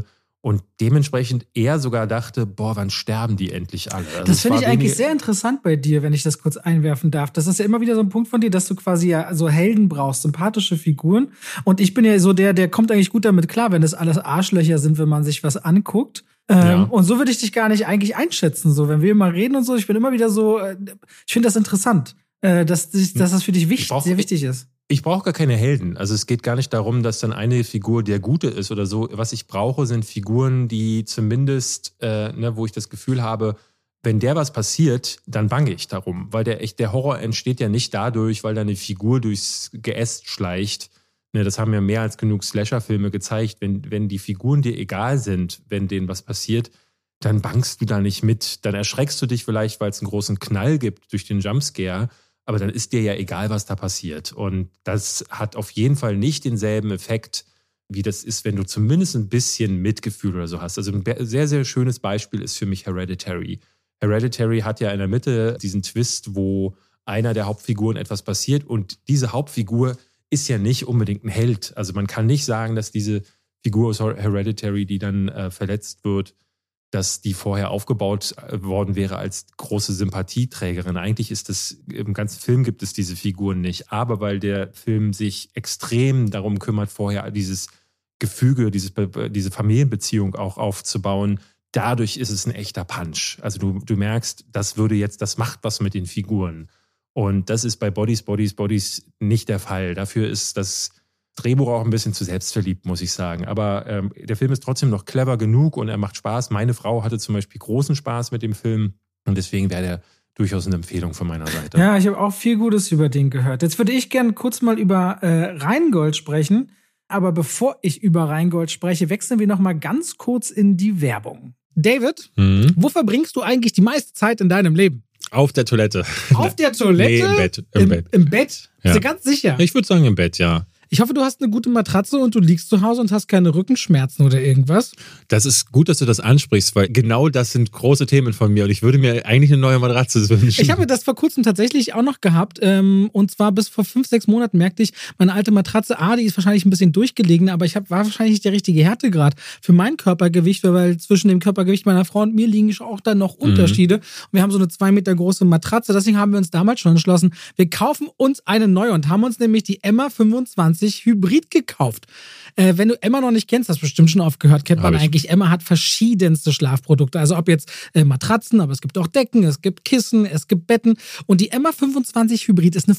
Und dementsprechend eher sogar dachte, boah, wann sterben die endlich alle? Also
das finde ich eigentlich sehr interessant bei dir, wenn ich das kurz einwerfen darf. Das ist ja immer wieder so ein Punkt von dir, dass du quasi ja so Helden brauchst, sympathische Figuren. Und ich bin ja so der kommt eigentlich gut damit klar, wenn das alles Arschlöcher sind, wenn man sich was anguckt. Und so würde ich dich gar nicht eigentlich einschätzen, so wenn wir mal reden und so. Ich bin immer wieder so, ich finde das interessant, dass das für dich sehr wichtig ist.
Ich brauche gar keine Helden. Also es geht gar nicht darum, dass dann eine Figur der Gute ist oder so. Was ich brauche, sind Figuren, die zumindest, wo ich das Gefühl habe, wenn der was passiert, dann bange ich darum. Weil der Horror entsteht ja nicht dadurch, weil da eine Figur durchs Geäst schleicht. Ne, das haben ja mehr als genug Slasher-Filme gezeigt. Wenn die Figuren dir egal sind, wenn denen was passiert, dann bangst du da nicht mit. Dann erschreckst du dich vielleicht, weil es einen großen Knall gibt durch den Jumpscare. Aber dann ist dir ja egal, was da passiert. Und das hat auf jeden Fall nicht denselben Effekt, wie das ist, wenn du zumindest ein bisschen Mitgefühl oder so hast. Also ein sehr, sehr schönes Beispiel ist für mich Hereditary. Hereditary hat ja in der Mitte diesen Twist, wo einer der Hauptfiguren etwas passiert. Und diese Hauptfigur ist ja nicht unbedingt ein Held. Also man kann nicht sagen, dass diese Figur aus Hereditary, die dann verletzt wird, dass die vorher aufgebaut worden wäre als große Sympathieträgerin. Eigentlich ist das, im ganzen Film gibt es diese Figuren nicht. Aber weil der Film sich extrem darum kümmert, vorher dieses Gefüge, diese Familienbeziehung auch aufzubauen, dadurch ist es ein echter Punch. Also du merkst, das macht was mit den Figuren. Und das ist bei Bodies nicht der Fall. Dafür ist das Drehbuch auch ein bisschen zu selbstverliebt, muss ich sagen. Aber der Film ist trotzdem noch clever genug und er macht Spaß. Meine Frau hatte zum Beispiel großen Spaß mit dem Film und deswegen wäre der durchaus eine Empfehlung von meiner Seite.
Ja, ich habe auch viel Gutes über den gehört. Jetzt würde ich gerne kurz mal über Rheingold sprechen. Aber bevor ich über Rheingold spreche, wechseln wir noch mal ganz kurz in die Werbung. David, wo verbringst du eigentlich die meiste Zeit in deinem Leben?
Auf der Toilette.
Auf der Toilette?
Nee, im Bett. Im Bett.
Im Bett?
Ja.
Bist du ganz sicher?
Ich würde sagen im Bett, ja.
Ich hoffe, du hast eine gute Matratze und du liegst zu Hause und hast keine Rückenschmerzen oder irgendwas.
Das ist gut, dass du das ansprichst, weil genau das sind große Themen von mir und ich würde mir eigentlich eine neue Matratze wünschen.
Ich habe das vor kurzem tatsächlich auch noch gehabt und zwar bis vor 5-6 Monaten merkte ich, meine alte Matratze, die ist wahrscheinlich ein bisschen durchgelegen, aber war wahrscheinlich der richtige Härtegrad für mein Körpergewicht, weil zwischen dem Körpergewicht meiner Frau und mir liegen auch dann noch Unterschiede. Und wir haben so eine 2 Meter große Matratze, deswegen haben wir uns damals schon entschlossen, wir kaufen uns eine neue und haben uns nämlich die Emma 25 Hybrid gekauft. Wenn du Emma noch nicht kennst, hast du bestimmt schon oft gehört, kennt man eigentlich. Emma hat verschiedenste Schlafprodukte. Also ob jetzt Matratzen, aber es gibt auch Decken, es gibt Kissen, es gibt Betten. Und die Emma 25 Hybrid ist eine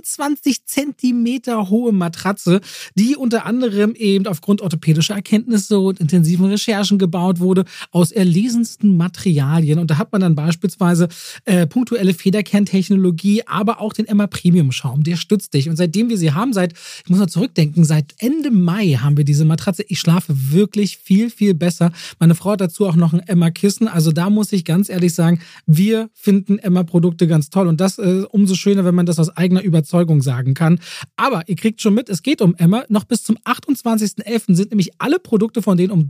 25 Zentimeter hohe Matratze, die unter anderem eben aufgrund orthopädischer Erkenntnisse und intensiven Recherchen gebaut wurde, aus erlesensten Materialien. Und da hat man dann beispielsweise punktuelle Federkerntechnologie, aber auch den Emma Premium Schaum. Der stützt dich. Und seitdem wir sie haben, ich muss mal zurückdenken, seit Ende Mai haben wir diese Matratze. Ich schlafe wirklich viel, viel besser. Meine Frau hat dazu auch noch ein Emma-Kissen. Also da muss ich ganz ehrlich sagen, wir finden Emma-Produkte ganz toll. Und das umso schöner, wenn man das aus eigener Überzeugung sagen kann. Aber ihr kriegt schon mit, es geht um Emma. Noch bis zum 28.11. sind nämlich alle Produkte von denen um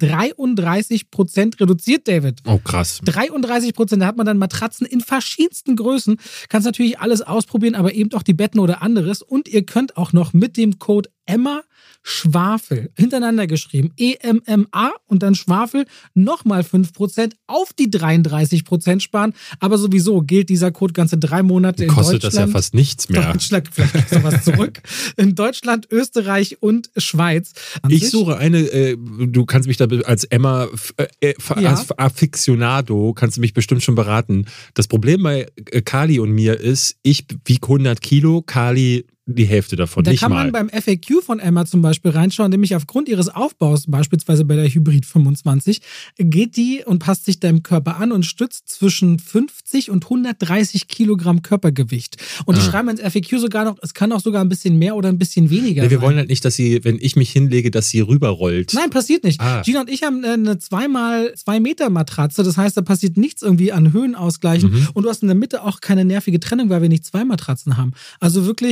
33% reduziert, David.
Oh, krass.
33%, da hat man dann Matratzen in verschiedensten Größen. Kannst natürlich alles ausprobieren, aber eben auch die Betten oder anderes. Und ihr könnt auch noch mit dem Code Emma Schwafel, hintereinander geschrieben, EMMA und dann Schwafel, nochmal 5% auf die 33% sparen. Aber sowieso gilt dieser Code ganze 3 Monate in Deutschland.
Kostet das ja fast nichts mehr.
Deutschland, vielleicht kriegst du was zurück. In Deutschland, Österreich und Schweiz.
Ich suche eine, du kannst mich da als Emma als Aficionado, kannst du mich bestimmt schon beraten. Das Problem bei Kali und mir ist, ich wiege 100 Kilo, Kali die Hälfte davon,
da
nicht
kann
mal.
Man beim FAQ von Emma zum Beispiel reinschauen, nämlich aufgrund ihres Aufbaus, beispielsweise bei der Hybrid 25, geht die und passt sich deinem Körper an und stützt zwischen 50 und 130 Kilogramm Körpergewicht. Und die schreiben ins FAQ sogar noch, es kann auch sogar ein bisschen mehr oder ein bisschen weniger sein.
Wir wollen halt nicht, dass sie, wenn ich mich hinlege, dass sie rüberrollt.
Nein, passiert nicht. Gina und ich haben eine 2x2 Meter Matratze, das heißt, da passiert nichts irgendwie an Höhenausgleichen und du hast in der Mitte auch keine nervige Trennung, weil wir nicht 2 Matratzen haben. Also wirklich sehr, sehr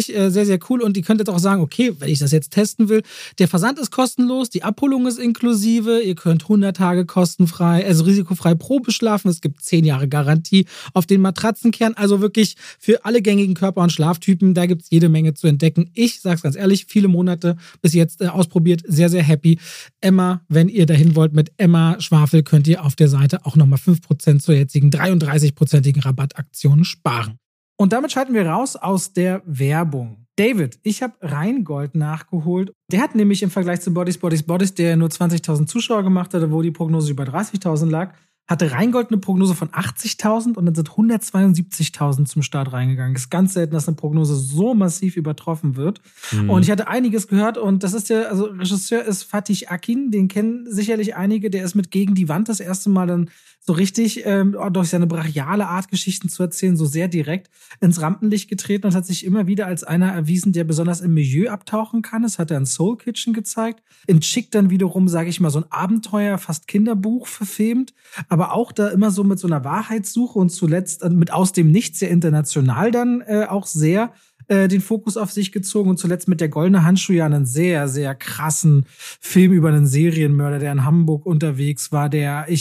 sehr cool. Und ihr könnt jetzt auch sagen, okay, wenn ich das jetzt testen will, der Versand ist kostenlos, die Abholung ist inklusive, ihr könnt 100 Tage kostenfrei, also risikofrei Probe schlafen, es gibt 10 Jahre Garantie auf den Matratzenkern, also wirklich für alle gängigen Körper- und Schlaftypen, da gibt es jede Menge zu entdecken. Ich sag's ganz ehrlich, viele Monate bis jetzt ausprobiert, sehr, sehr happy. Emma, wenn ihr dahin wollt mit Emma Schwafel, könnt ihr auf der Seite auch nochmal 5% zur jetzigen 33%igen Rabattaktion sparen. Und damit schalten wir raus aus der Werbung. David, ich habe Rheingold nachgeholt. Der hat nämlich im Vergleich zu Bodies, der nur 20.000 Zuschauer gemacht hatte, wo die Prognose über 30.000 lag, hatte Rheingold eine Prognose von 80.000 und dann sind 172.000 zum Start reingegangen. Es ist ganz selten, dass eine Prognose so massiv übertroffen wird. Und ich hatte einiges gehört und das ist also Regisseur ist Fatih Akin, den kennen sicherlich einige, der ist mit Gegen die Wand das erste Mal dann so richtig durch seine brachiale Art, Geschichten zu erzählen, so sehr direkt ins Rampenlicht getreten und hat sich immer wieder als einer erwiesen, der besonders im Milieu abtauchen kann. Das hat er in Soul Kitchen gezeigt. In Chick dann wiederum, sage ich mal, so ein Abenteuer, fast Kinderbuch verfilmt, aber auch da immer so mit so einer Wahrheitssuche und zuletzt mit Aus dem Nichts sehr international dann auch sehr den Fokus auf sich gezogen und zuletzt mit Der goldene Handschuh ja einen sehr, sehr krassen Film über einen Serienmörder, der in Hamburg unterwegs war,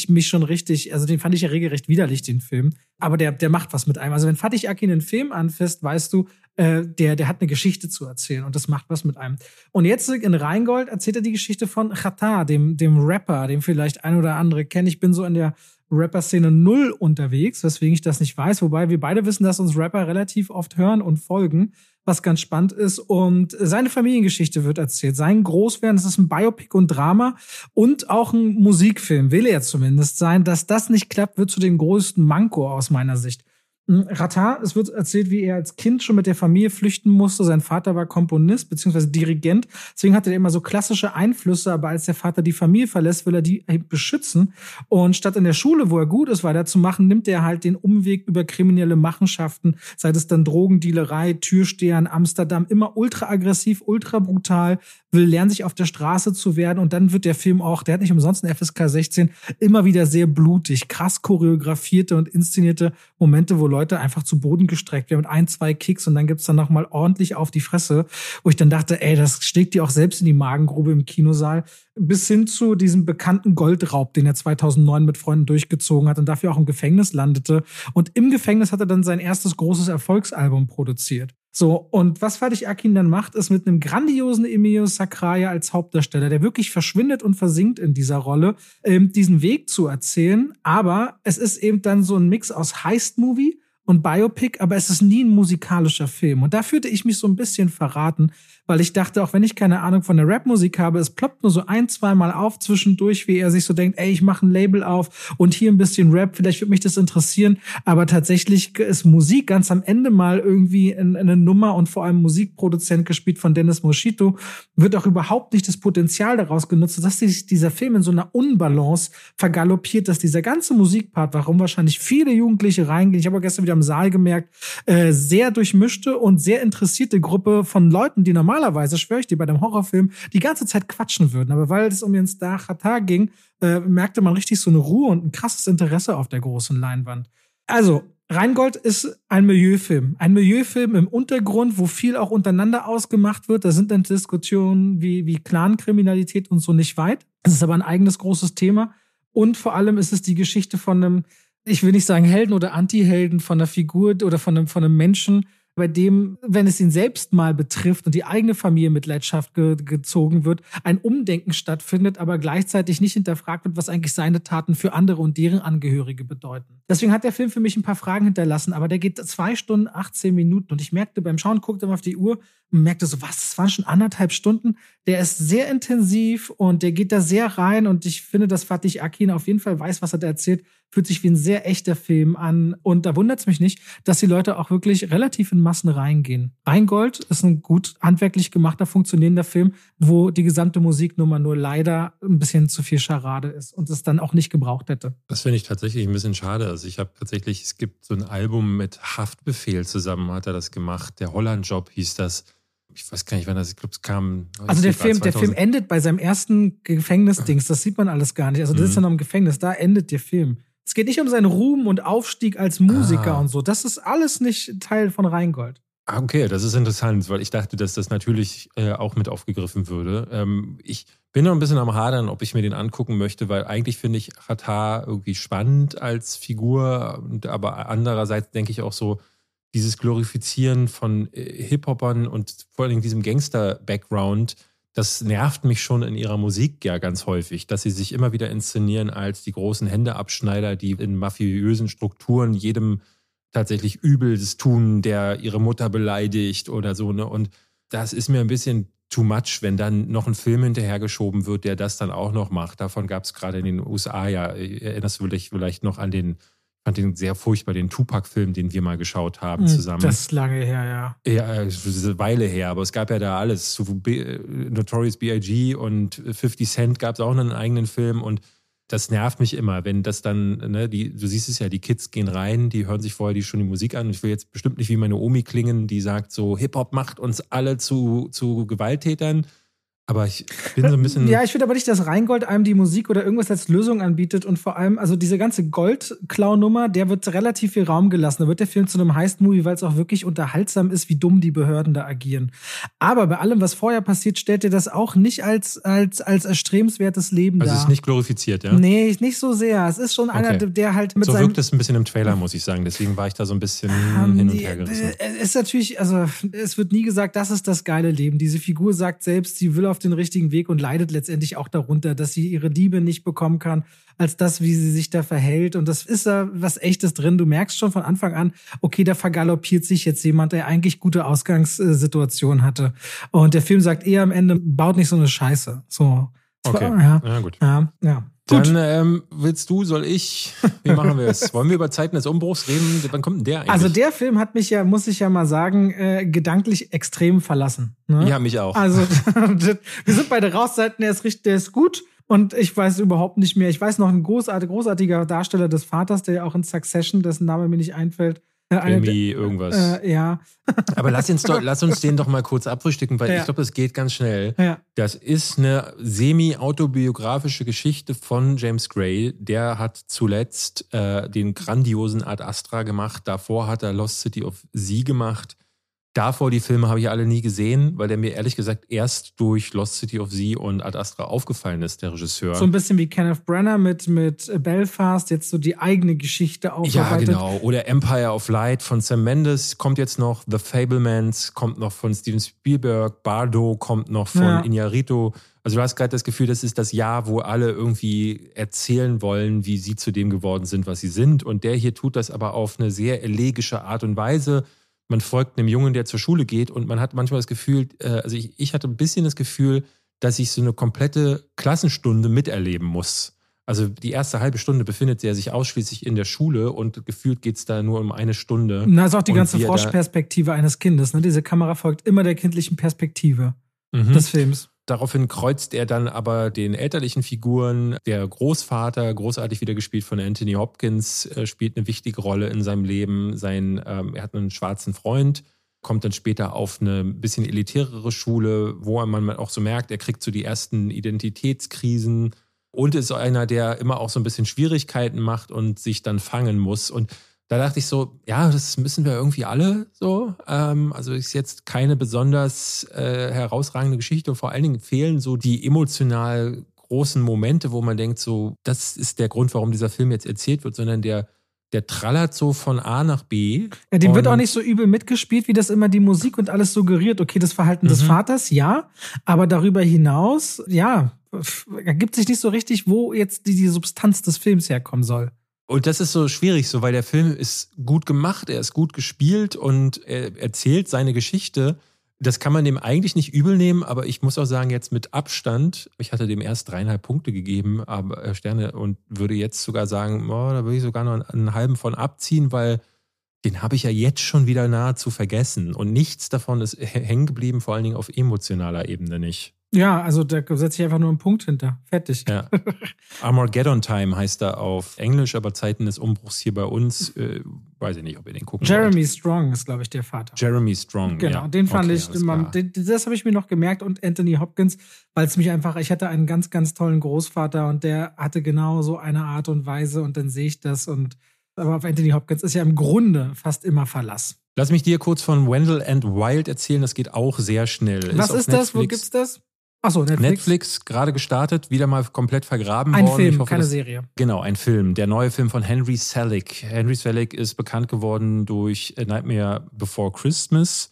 also den fand ich ja regelrecht widerlich, den Film. Aber der macht was mit einem. Also wenn Fatih Akin einen Film anfasst, weißt du, der hat eine Geschichte zu erzählen und das macht was mit einem. Und jetzt in Rheingold erzählt er die Geschichte von Xatar, dem Rapper, den vielleicht ein oder andere kennen. Ich bin so in der Rapper-Szene 0 unterwegs, weswegen ich das nicht weiß. Wobei wir beide wissen, dass uns Rapper relativ oft hören und folgen, was ganz spannend ist. Und seine Familiengeschichte wird erzählt. Sein Großwerden, das ist ein Biopic und Drama und auch ein Musikfilm, will er zumindest sein. Dass das nicht klappt, wird zu dem größten Manko aus meiner Sicht. Xatar, es wird erzählt, wie er als Kind schon mit der Familie flüchten musste. Sein Vater war Komponist bzw. Dirigent. Deswegen hatte er immer so klassische Einflüsse. Aber als der Vater die Familie verlässt, will er die beschützen. Und statt in der Schule, wo er gut ist, weiterzumachen, nimmt er halt den Umweg über kriminelle Machenschaften. Sei es dann Drogendealerei, Türsteher in Amsterdam. Immer ultra aggressiv, ultra brutal. Will lernen, sich auf der Straße zu werden. Und dann wird der Film auch, der hat nicht umsonst einen FSK 16, immer wieder sehr blutig. Krass choreografierte und inszenierte Momente, wo Leute einfach zu Boden gestreckt werden mit 1, 2 Kicks und dann gibt's dann nochmal ordentlich auf die Fresse, wo ich dann dachte, das schlägt dir auch selbst in die Magengrube im Kinosaal, bis hin zu diesem bekannten Goldraub, den er 2009 mit Freunden durchgezogen hat und dafür auch im Gefängnis landete. Und im Gefängnis hat er dann sein erstes großes Erfolgsalbum produziert. So, und was Fatih Akin dann macht, ist mit einem grandiosen Emilio Sacraia als Hauptdarsteller, der wirklich verschwindet und versinkt in dieser Rolle, diesen Weg zu erzählen. Aber es ist eben dann so ein Mix aus Heist-Movie und Biopic, aber es ist nie ein musikalischer Film. Und da fühlte ich mich so ein bisschen verraten, weil ich dachte, auch wenn ich keine Ahnung von der Rapmusik habe, es ploppt nur so 1, 2 Mal auf zwischendurch, wie er sich so denkt, ich mache ein Label auf und hier ein bisschen Rap, vielleicht würde mich das interessieren, aber tatsächlich ist Musik ganz am Ende mal irgendwie eine Nummer und vor allem Musikproduzent gespielt von Dennis Moschito, wird auch überhaupt nicht das Potenzial daraus genutzt, dass dieser Film in so einer Unbalance vergaloppiert, dass dieser ganze Musikpart, warum wahrscheinlich viele Jugendliche reingehen, ich habe gestern wieder im Saal gemerkt, sehr durchmischte und sehr interessierte Gruppe von Leuten, die normalerweise, schwöre ich dir, bei dem Horrorfilm die ganze Zeit quatschen würden. Aber weil es um den Star Xatar ging, merkte man richtig so eine Ruhe und ein krasses Interesse auf der großen Leinwand. Also, Rheingold ist ein Milieufilm. Ein Milieufilm im Untergrund, wo viel auch untereinander ausgemacht wird. Da sind dann Diskussionen wie Clankriminalität und so nicht weit. Es ist aber ein eigenes großes Thema. Und vor allem ist es die Geschichte von einem, ich will nicht sagen Helden oder Anti-Helden, von einer Figur oder von einem Menschen, bei dem, wenn es ihn selbst mal betrifft und die eigene Familie Mitleidenschaft gezogen wird, ein Umdenken stattfindet, aber gleichzeitig nicht hinterfragt wird, was eigentlich seine Taten für andere und deren Angehörige bedeuten. Deswegen hat der Film für mich ein paar Fragen hinterlassen, aber der geht 2 Stunden, 18 Minuten und ich merkte beim Schauen, guckte mal auf die Uhr und merkte so, das waren schon 1,5 Stunden. Der ist sehr intensiv und der geht da sehr rein und ich finde, dass Fatih Akin auf jeden Fall weiß, was er da erzählt, fühlt sich wie ein sehr echter Film an und da wundert es mich nicht, dass die Leute auch wirklich relativ in Massen reingehen. Rheingold ist ein gut handwerklich gemachter, funktionierender Film, wo die gesamte Musiknummer nur leider ein bisschen zu viel Scharade ist und es dann auch nicht gebraucht hätte.
Das finde ich tatsächlich ein bisschen schade. Also ich habe tatsächlich, es gibt so ein Album mit Haftbefehl zusammen, hat er das gemacht. Der Holland-Job hieß das. Ich weiß gar nicht, wann das, ich glaube, es kam.
Also der Film endet bei seinem ersten Gefängnisdings, das sieht man alles gar nicht. Also das ist ja noch im Gefängnis, da endet der Film. Es geht nicht um seinen Ruhm und Aufstieg als Musiker und so. Das ist alles nicht Teil von Rheingold.
Okay, das ist interessant, weil ich dachte, dass das natürlich auch mit aufgegriffen würde. Ich bin noch ein bisschen am Hadern, ob ich mir den angucken möchte, weil eigentlich finde ich Xatar irgendwie spannend als Figur, aber andererseits denke ich auch so, dieses Glorifizieren von Hip-Hopern und vor allem diesem Gangster-Background, das nervt mich schon in ihrer Musik ja ganz häufig, dass sie sich immer wieder inszenieren als die großen Händeabschneider, die in mafiösen Strukturen jedem tatsächlich Übles tun, der ihre Mutter beleidigt oder so, ne? Und das ist mir ein bisschen too much, wenn dann noch ein Film hinterhergeschoben wird, der das dann auch noch macht. Davon gab es gerade in den USA ja, erinnerst du dich vielleicht noch an den, ich fand den sehr furchtbar, den Tupac-Film, den wir mal geschaut haben zusammen.
Das ist lange her, ja.
Ja, das ist eine Weile her, aber es gab ja da alles. So Notorious B.I.G. und 50 Cent gab es auch einen eigenen Film und das nervt mich immer, wenn das dann, ne, du siehst es ja, die Kids gehen rein, die hören sich vorher schon die Musik an. Ich will jetzt bestimmt nicht wie meine Omi klingen, die sagt so, Hip-Hop macht uns alle zu Gewalttätern. Aber ich bin so ein bisschen...
Ja, ich finde aber nicht, dass Rheingold einem die Musik oder irgendwas als Lösung anbietet und vor allem, also diese ganze Gold-Klau-Nummer, der wird relativ viel Raum gelassen. Da wird der Film zu einem Heist-Movie, weil es auch wirklich unterhaltsam ist, wie dumm die Behörden da agieren. Aber bei allem, was vorher passiert, stellt er das auch nicht als erstrebenswertes Leben dar.
Also es ist nicht glorifiziert, ja?
Nee, nicht so sehr. Es ist schon einer, der halt mit
so
seinem...
wirkt es ein bisschen im Trailer, muss ich sagen. Deswegen war ich da so ein bisschen hin und her gerissen.
Es ist natürlich, also es wird nie gesagt, das ist das geile Leben. Diese Figur sagt selbst, sie will auf den richtigen Weg und leidet letztendlich auch darunter, dass sie ihre Liebe nicht bekommen kann, als das, wie sie sich da verhält. Und das ist da was Echtes drin. Du merkst schon von Anfang an, okay, da vergaloppiert sich jetzt jemand, der eigentlich gute Ausgangssituation hatte. Und der Film sagt eher am Ende, baut nicht so eine Scheiße. So.
Okay,
ja
gut.
Ja. Gut.
Dann willst du, soll ich? Wie machen wir es? Wollen wir über Zeiten des Umbruchs reden? Wann kommt denn der eigentlich?
Also der Film hat mich ja, muss ich ja mal sagen, gedanklich extrem verlassen. Ne?
Ja, mich auch.
Also wir sind beide raus, der ist gut. Und ich weiß überhaupt nicht mehr. Ich weiß noch, ein großartiger Darsteller des Vaters, der ja auch in Succession, dessen Name mir nicht einfällt.
Jamie irgendwas.
Ja.
Aber lass uns den doch mal kurz abfrühstücken, weil ich glaube, das geht ganz schnell.
Ja.
Das ist eine semi-autobiografische Geschichte von James Gray. Der hat zuletzt den grandiosen Ad Astra gemacht. Davor hat er Lost City of Z gemacht. Davor die Filme habe ich alle nie gesehen, weil der mir ehrlich gesagt erst durch Lost City of Z und Ad Astra aufgefallen ist, der Regisseur.
So ein bisschen wie Kenneth Branagh mit Belfast, jetzt so die eigene Geschichte aufarbeitet.
Ja, genau. Oder Empire of Light von Sam Mendes kommt jetzt noch. The Fabelmans kommt noch von Steven Spielberg. Bardo kommt noch von Iñárritu. Also du hast gerade das Gefühl, das ist das Jahr, wo alle irgendwie erzählen wollen, wie sie zu dem geworden sind, was sie sind. Und der hier tut das aber auf eine sehr elegische Art und Weise. Man folgt einem Jungen, der zur Schule geht und man hat manchmal das Gefühl, also ich hatte ein bisschen das Gefühl, dass ich so eine komplette Klassenstunde miterleben muss. Also die erste halbe Stunde befindet er sich ausschließlich in der Schule und gefühlt geht es da nur um eine Stunde.
Na, ist auch die ganze Froschperspektive eines Kindes. Ne? Diese Kamera folgt immer der kindlichen Perspektive des Films.
Daraufhin kreuzt er dann aber den elterlichen Figuren. Der Großvater, großartig wieder gespielt von Anthony Hopkins, spielt eine wichtige Rolle in seinem Leben. Er hat einen schwarzen Freund, kommt dann später auf eine bisschen elitärere Schule, wo man auch so merkt, er kriegt so die ersten Identitätskrisen und ist einer, der immer auch so ein bisschen Schwierigkeiten macht und sich dann fangen muss. Und da dachte ich so, ja, das müssen wir irgendwie alle so. Also ist jetzt keine besonders herausragende Geschichte. Und vor allen Dingen fehlen so die emotional großen Momente, wo man denkt, so, das ist der Grund, warum dieser Film jetzt erzählt wird, sondern der trallert so von A nach B.
Ja, dem wird auch nicht so übel mitgespielt, wie das immer die Musik und alles suggeriert. Okay, das Verhalten des Vaters, ja. Aber darüber hinaus, ja, ergibt sich nicht so richtig, wo jetzt die Substanz des Films herkommen soll.
Und das ist so schwierig, so, weil der Film ist gut gemacht, er ist gut gespielt und er erzählt seine Geschichte. Das kann man dem eigentlich nicht übel nehmen, aber ich muss auch sagen, jetzt mit Abstand, ich hatte dem erst 3,5 Punkte gegeben, aber Sterne, und würde jetzt sogar sagen, da würde ich sogar noch einen halben von abziehen, weil den habe ich ja jetzt schon wieder nahezu vergessen. Und nichts davon ist hängen geblieben, vor allen Dingen auf emotionaler Ebene nicht.
Ja, also da setze ich einfach nur einen Punkt hinter. Fertig.
Ja. Armageddon Time heißt er auf Englisch, aber Zeiten des Umbruchs hier bei uns, weiß ich nicht, ob ihr den gucken
Jeremy
wollt.
Strong ist, glaube ich, der Vater.
Jeremy Strong,
genau,
ja.
Den fand ich immer, das habe ich mir noch gemerkt, und Anthony Hopkins, weil es mich einfach, ich hatte einen ganz, ganz tollen Großvater und der hatte genau so eine Art und Weise und dann sehe ich das und Aber auf Anthony Hopkins ist ja im Grunde fast immer Verlass.
Lass mich dir kurz von Wendell and Wild erzählen, das geht auch sehr schnell.
Was ist das? Wo gibt's das? Achso, Netflix.
Netflix, gerade gestartet, wieder mal komplett vergraben
worden.
Ein
Film, ich hoffe, keine Serie.
Genau, ein Film. Der neue Film von Henry Selick. Henry Selick ist bekannt geworden durch Nightmare Before Christmas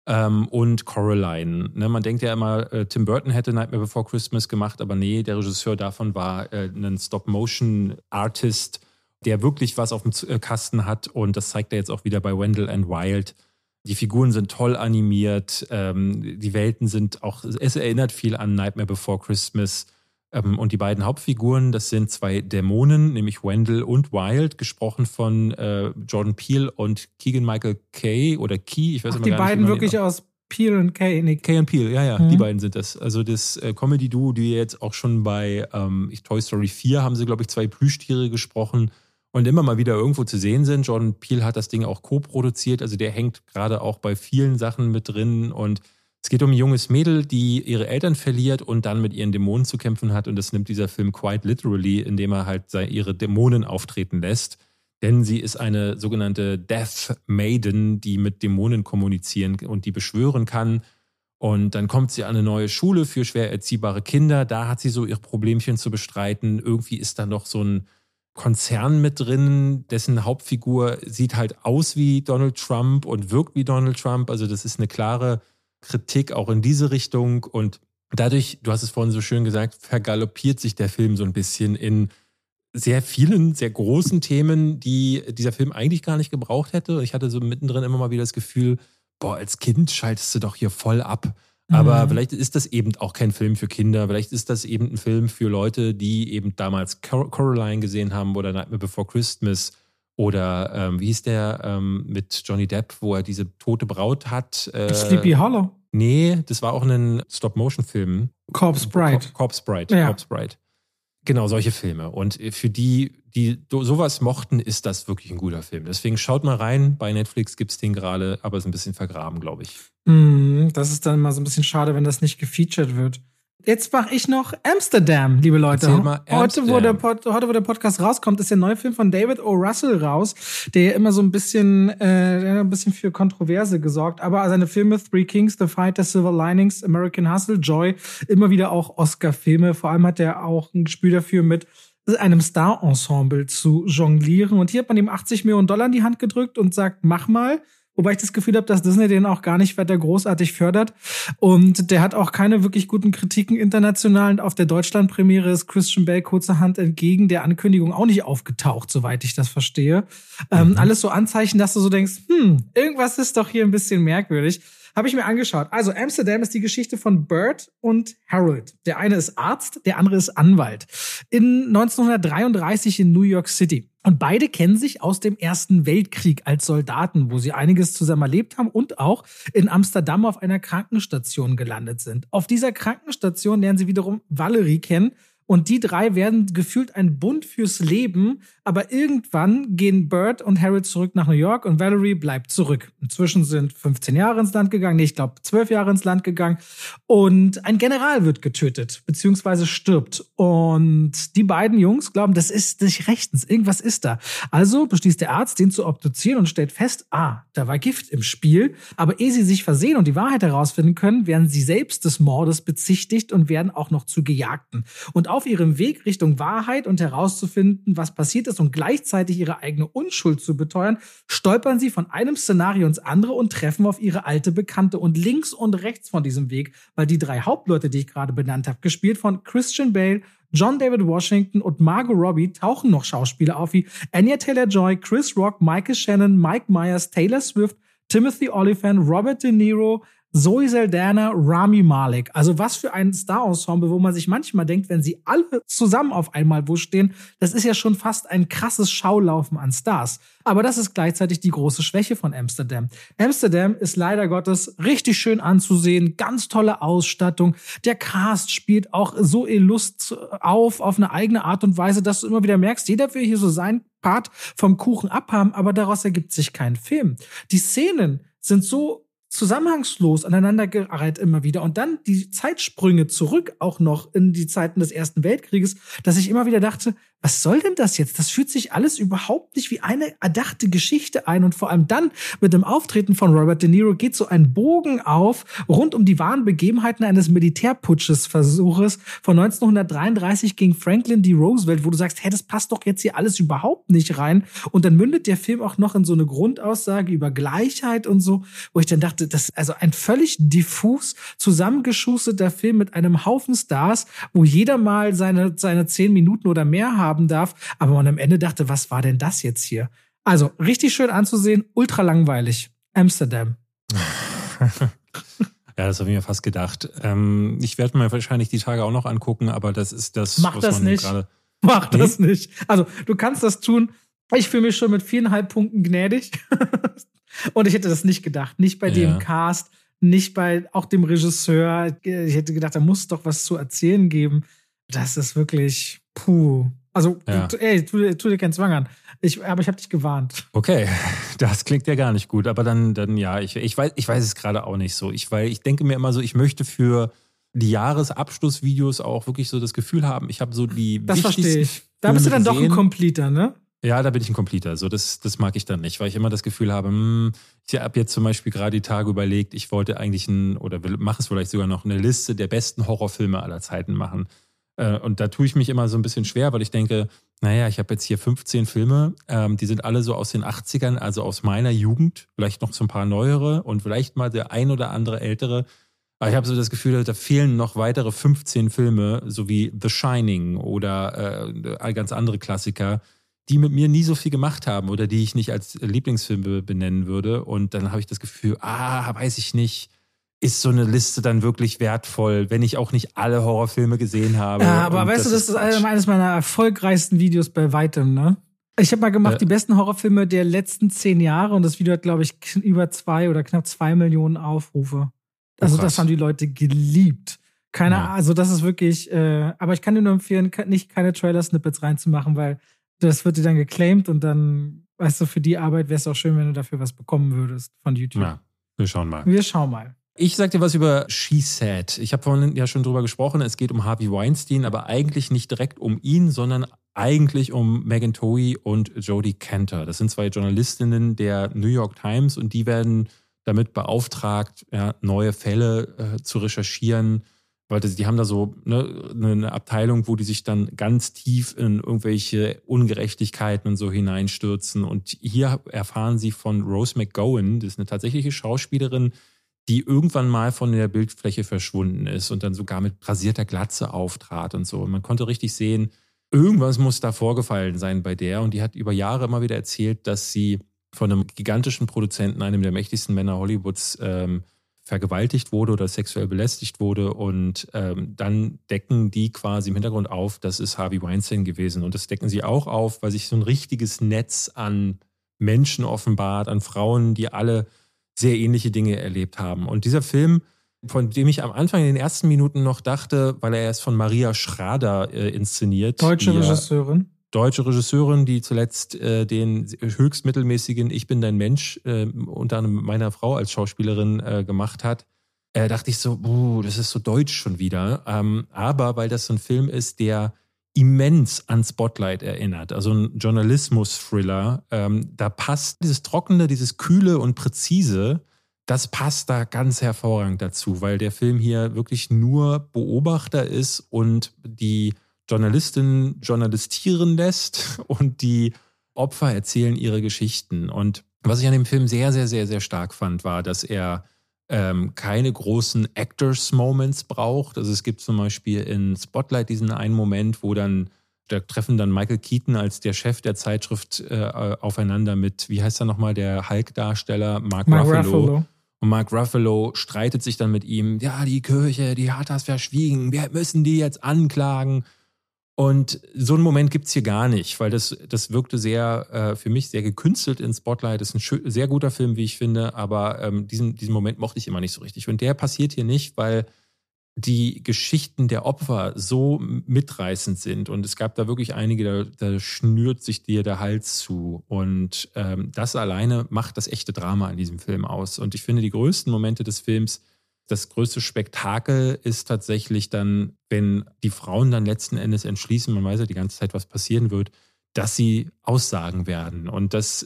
und Coraline. Ne, man denkt ja immer, Tim Burton hätte Nightmare Before Christmas gemacht, aber nee, der Regisseur davon war ein Stop-Motion-Artist, der wirklich was auf dem Kasten hat, und das zeigt er jetzt auch wieder bei Wendell and Wild. Die Figuren sind toll animiert, die Welten sind auch, es erinnert viel an Nightmare Before Christmas. Und die beiden Hauptfiguren, das sind zwei Dämonen, nämlich Wendell und Wild, gesprochen von Jordan Peele und Keegan-Michael Key oder Key, ich weiß immer
gar nicht. Die beiden wirklich aus Peele und Kay, Nick.
Kay und Peele, ja, die beiden sind das. Also das Comedy-Duo, die jetzt auch schon bei Toy Story 4 haben sie, glaube ich, 2 Plüschtiere gesprochen und immer mal wieder irgendwo zu sehen sind. Jordan Peele hat das Ding auch co-produziert, also der hängt gerade auch bei vielen Sachen mit drin, und es geht um ein junges Mädel, die ihre Eltern verliert und dann mit ihren Dämonen zu kämpfen hat, und das nimmt dieser Film quite literally, indem er halt ihre Dämonen auftreten lässt, denn sie ist eine sogenannte Death Maiden, die mit Dämonen kommunizieren und die beschwören kann. Und dann kommt sie an eine neue Schule für schwer erziehbare Kinder, da hat sie so ihre Problemchen zu bestreiten. Irgendwie ist da noch so ein Konzern mit drin, dessen Hauptfigur sieht halt aus wie Donald Trump und wirkt wie Donald Trump. Also das ist eine klare Kritik auch in diese Richtung. Und dadurch, du hast es vorhin so schön gesagt, vergaloppiert sich der Film so ein bisschen in sehr vielen, sehr großen Themen, die dieser Film eigentlich gar nicht gebraucht hätte. Ich hatte so mittendrin immer mal wieder das Gefühl, boah, als Kind schaltest du doch hier voll ab. Aber vielleicht ist das eben auch kein Film für Kinder. Vielleicht ist das eben ein Film für Leute, die eben damals Coraline gesehen haben oder Nightmare Before Christmas oder wie hieß der mit Johnny Depp, wo er diese tote Braut hat.
Sleepy Hollow.
Nee, das war auch ein Stop-Motion-Film.
Corpse Bride.
Corpse Bride.
Ja.
Corpse Bride. Genau, solche Filme. Und für die sowas mochten, ist das wirklich ein guter Film. Deswegen schaut mal rein. Bei Netflix gibt es den gerade, aber ist ein bisschen vergraben, glaube ich.
Das ist dann mal so ein bisschen schade, wenn das nicht gefeatured wird. Jetzt mache ich noch Amsterdam, liebe Leute.
Erzähl mal
Heute, wo der Podcast rauskommt, ist der neue Film von David O. Russell raus, der immer so ein bisschen für Kontroverse gesorgt, aber seine Filme Three Kings, The Fighter, Silver Linings, American Hustle, Joy, immer wieder auch Oscar-Filme. Vor allem hat er auch ein Gespür dafür, mit einem Star-Ensemble zu jonglieren. Und hier hat man ihm $80 Millionen in die Hand gedrückt und sagt, mach mal. Wobei ich das Gefühl habe, dass Disney den auch gar nicht weiter großartig fördert. Und der hat auch keine wirklich guten Kritiken international. Und auf der Deutschland-Premiere ist Christian Bale kurzerhand entgegen der Ankündigung auch nicht aufgetaucht, soweit ich das verstehe. Alles so Anzeichen, dass du so denkst, irgendwas ist doch hier ein bisschen merkwürdig. Habe ich mir angeschaut. Also Amsterdam ist die Geschichte von Bert und Harold. Der eine ist Arzt, der andere ist Anwalt. In 1933 in New York City. Und beide kennen sich aus dem Ersten Weltkrieg als Soldaten, wo sie einiges zusammen erlebt haben und auch in Amsterdam auf einer Krankenstation gelandet sind. Auf dieser Krankenstation lernen sie wiederum Valerie kennen. Und die drei werden gefühlt ein Bund fürs Leben. Aber irgendwann gehen Bert und Harold zurück nach New York und Valerie bleibt zurück. Inzwischen sind 15 Jahre ins Land gegangen. Nee, ich glaube 12 Jahre ins Land gegangen. Und ein General wird getötet, beziehungsweise stirbt. Und die beiden Jungs glauben, das ist nicht rechtens. Irgendwas ist da. Also beschließt der Arzt, den zu obduzieren und stellt fest, da war Gift im Spiel. Aber ehe sie sich versehen und die Wahrheit herausfinden können, werden sie selbst des Mordes bezichtigt und werden auch noch zu Gejagten. Und auf ihrem Weg Richtung Wahrheit und herauszufinden, was passiert ist und gleichzeitig ihre eigene Unschuld zu beteuern, stolpern sie von einem Szenario ins andere und treffen auf ihre alte Bekannte. Und links und rechts von diesem Weg, weil die drei Hauptleute, die ich gerade benannt habe, gespielt von Christian Bale, John David Washington und Margot Robbie, tauchen noch Schauspieler auf wie Anya Taylor-Joy, Chris Rock, Michael Shannon, Mike Myers, Taylor Swift, Timothy Olyphant, Robert De Niro, Zoe Saldana, Rami Malek. Also was für ein Star-Ensemble, wo man sich manchmal denkt, wenn sie alle zusammen auf einmal wo stehen, das ist ja schon fast ein krasses Schaulaufen an Stars. Aber das ist gleichzeitig die große Schwäche von Amsterdam. Amsterdam ist leider Gottes richtig schön anzusehen, ganz tolle Ausstattung. Der Cast spielt auch so illust auf eine eigene Art und Weise, dass du immer wieder merkst, jeder will hier so seinen Part vom Kuchen abhaben, aber daraus ergibt sich kein Film. Die Szenen sind so zusammenhangslos aneinandergereiht immer wieder. Und dann die Zeitsprünge zurück auch noch in die Zeiten des Ersten Weltkrieges, dass ich immer wieder dachte, was soll denn das jetzt? Das fühlt sich alles überhaupt nicht wie eine erdachte Geschichte ein. Und vor allem dann mit dem Auftreten von Robert De Niro geht so ein Bogen auf rund um die wahren Begebenheiten eines Militärputsches-Versuches von 1933 gegen Franklin D. Roosevelt, wo du sagst, hey, das passt doch jetzt hier alles überhaupt nicht rein. Und dann mündet der Film auch noch in so eine Grundaussage über Gleichheit und so, wo ich dann dachte, das ist also ein völlig diffus zusammengeschusterter Film mit einem Haufen Stars, wo jeder mal seine 10 Minuten oder mehr haben darf, aber man am Ende dachte, was war denn das jetzt hier? Also, richtig schön anzusehen, ultra langweilig. Amsterdam.
Ja, das habe ich mir fast gedacht. Ich werde mir wahrscheinlich die Tage auch noch angucken, aber das ist das,
Mach
was
das
man
nicht.
gerade...
Mach das nicht. Also, du kannst das tun. Ich fühle mich schon mit 4,5 Punkten gnädig. Und ich hätte das nicht gedacht. Nicht bei dem Cast, nicht bei auch dem Regisseur. Ich hätte gedacht, da muss es doch was zu erzählen geben. Das ist wirklich, puh. Also, ey, tu dir keinen Zwang an. Aber ich habe dich gewarnt.
Okay, das klingt ja gar nicht gut. Aber dann ja, ich weiß es gerade auch nicht so. Weil ich denke mir immer so, ich möchte für die Jahresabschlussvideos auch wirklich so das Gefühl haben, ich habe so die
das
wichtigsten
verstehe ich. Da bist du dann doch ein Completer, ne?
Ja, da bin ich ein Completer. So, das mag ich dann nicht, weil ich immer das Gefühl habe, ich habe jetzt zum Beispiel gerade die Tage überlegt, ich wollte eigentlich mache es vielleicht sogar noch eine Liste der besten Horrorfilme aller Zeiten machen. Und da tue ich mich immer so ein bisschen schwer, weil ich denke, naja, ich habe jetzt hier 15 Filme, die sind alle so aus den 80ern, also aus meiner Jugend, vielleicht noch so ein paar neuere und vielleicht mal der ein oder andere ältere. Aber ich habe so das Gefühl, da fehlen noch weitere 15 Filme, so wie The Shining oder ganz andere Klassiker, die mit mir nie so viel gemacht haben oder die ich nicht als Lieblingsfilme benennen würde. Und dann habe ich das Gefühl, weiß ich nicht, ist so eine Liste dann wirklich wertvoll, wenn ich auch nicht alle Horrorfilme gesehen habe?
Ja, aber weißt du, das ist eines meiner erfolgreichsten Videos bei weitem, ne? Ich habe mal gemacht, die besten Horrorfilme der letzten 10 Jahre und das Video hat, glaube ich, über 2 oder knapp 2 Millionen Aufrufe. Also das haben die Leute geliebt. Also das ist wirklich, aber ich kann dir nur empfehlen, keine Trailer-Snippets reinzumachen, weil das wird dir dann geclaimed und dann, weißt du, für die Arbeit wäre es auch schön, wenn du dafür was bekommen würdest von YouTube.
Ja, wir schauen mal. Ich sag dir was über She Said. Ich habe vorhin ja schon drüber gesprochen. Es geht um Harvey Weinstein, aber eigentlich nicht direkt um ihn, sondern eigentlich um Megan Tohey und Jodie Cantor. Das sind 2 Journalistinnen der New York Times und die werden damit beauftragt, neue Fälle zu recherchieren. Weil die haben da so eine Abteilung, wo die sich dann ganz tief in irgendwelche Ungerechtigkeiten und so hineinstürzen. Und hier erfahren sie von Rose McGowan, das ist eine tatsächliche Schauspielerin, die irgendwann mal von der Bildfläche verschwunden ist und dann sogar mit rasierter Glatze auftrat und so. Und man konnte richtig sehen, irgendwas muss da vorgefallen sein bei der. Und die hat über Jahre immer wieder erzählt, dass sie von einem gigantischen Produzenten, einem der mächtigsten Männer Hollywoods, vergewaltigt wurde oder sexuell belästigt wurde. Und dann decken die quasi im Hintergrund auf, das ist Harvey Weinstein gewesen. Und das decken sie auch auf, weil sich so ein richtiges Netz an Menschen offenbart, an Frauen, die alle sehr ähnliche Dinge erlebt haben. Und dieser Film, von dem ich am Anfang in den ersten Minuten noch dachte, weil er ist von Maria Schrader inszeniert.
Deutsche Regisseurin,
die zuletzt den höchst mittelmäßigen Ich bin dein Mensch unter anderem mit meiner Frau als Schauspielerin gemacht hat. Dachte ich so, das ist so deutsch schon wieder. Aber weil das so ein Film ist, der immens an Spotlight erinnert. Also ein Journalismus-Thriller. Da passt dieses Trockene, dieses Kühle und Präzise, das passt da ganz hervorragend dazu, weil der Film hier wirklich nur Beobachter ist und die Journalistinnen journalistieren lässt und die Opfer erzählen ihre Geschichten. Und was ich an dem Film sehr, sehr, sehr, sehr stark fand, war, dass er keine großen Actors-Moments braucht. Also es gibt zum Beispiel in Spotlight diesen einen Moment, wo da treffen dann Michael Keaton als der Chef der Zeitschrift aufeinander mit, wie heißt er nochmal, der Hulk-Darsteller Mark Ruffalo. Und Mark Ruffalo streitet sich dann mit ihm, ja, die Kirche, die hat das verschwiegen, wir müssen die jetzt anklagen. Und so einen Moment gibt es hier gar nicht, weil das wirkte sehr, für mich sehr gekünstelt in Spotlight. Das ist ein sehr guter Film, wie ich finde, aber diesen Moment mochte ich immer nicht so richtig. Und der passiert hier nicht, weil die Geschichten der Opfer so mitreißend sind. Und es gab da wirklich einige, da schnürt sich dir der Hals zu. Und das alleine macht das echte Drama in diesem Film aus. Und ich finde, die größten Momente des Films das größte Spektakel ist tatsächlich dann, wenn die Frauen dann letzten Endes entschließen, man weiß ja die ganze Zeit, was passieren wird, dass sie aussagen werden. Und das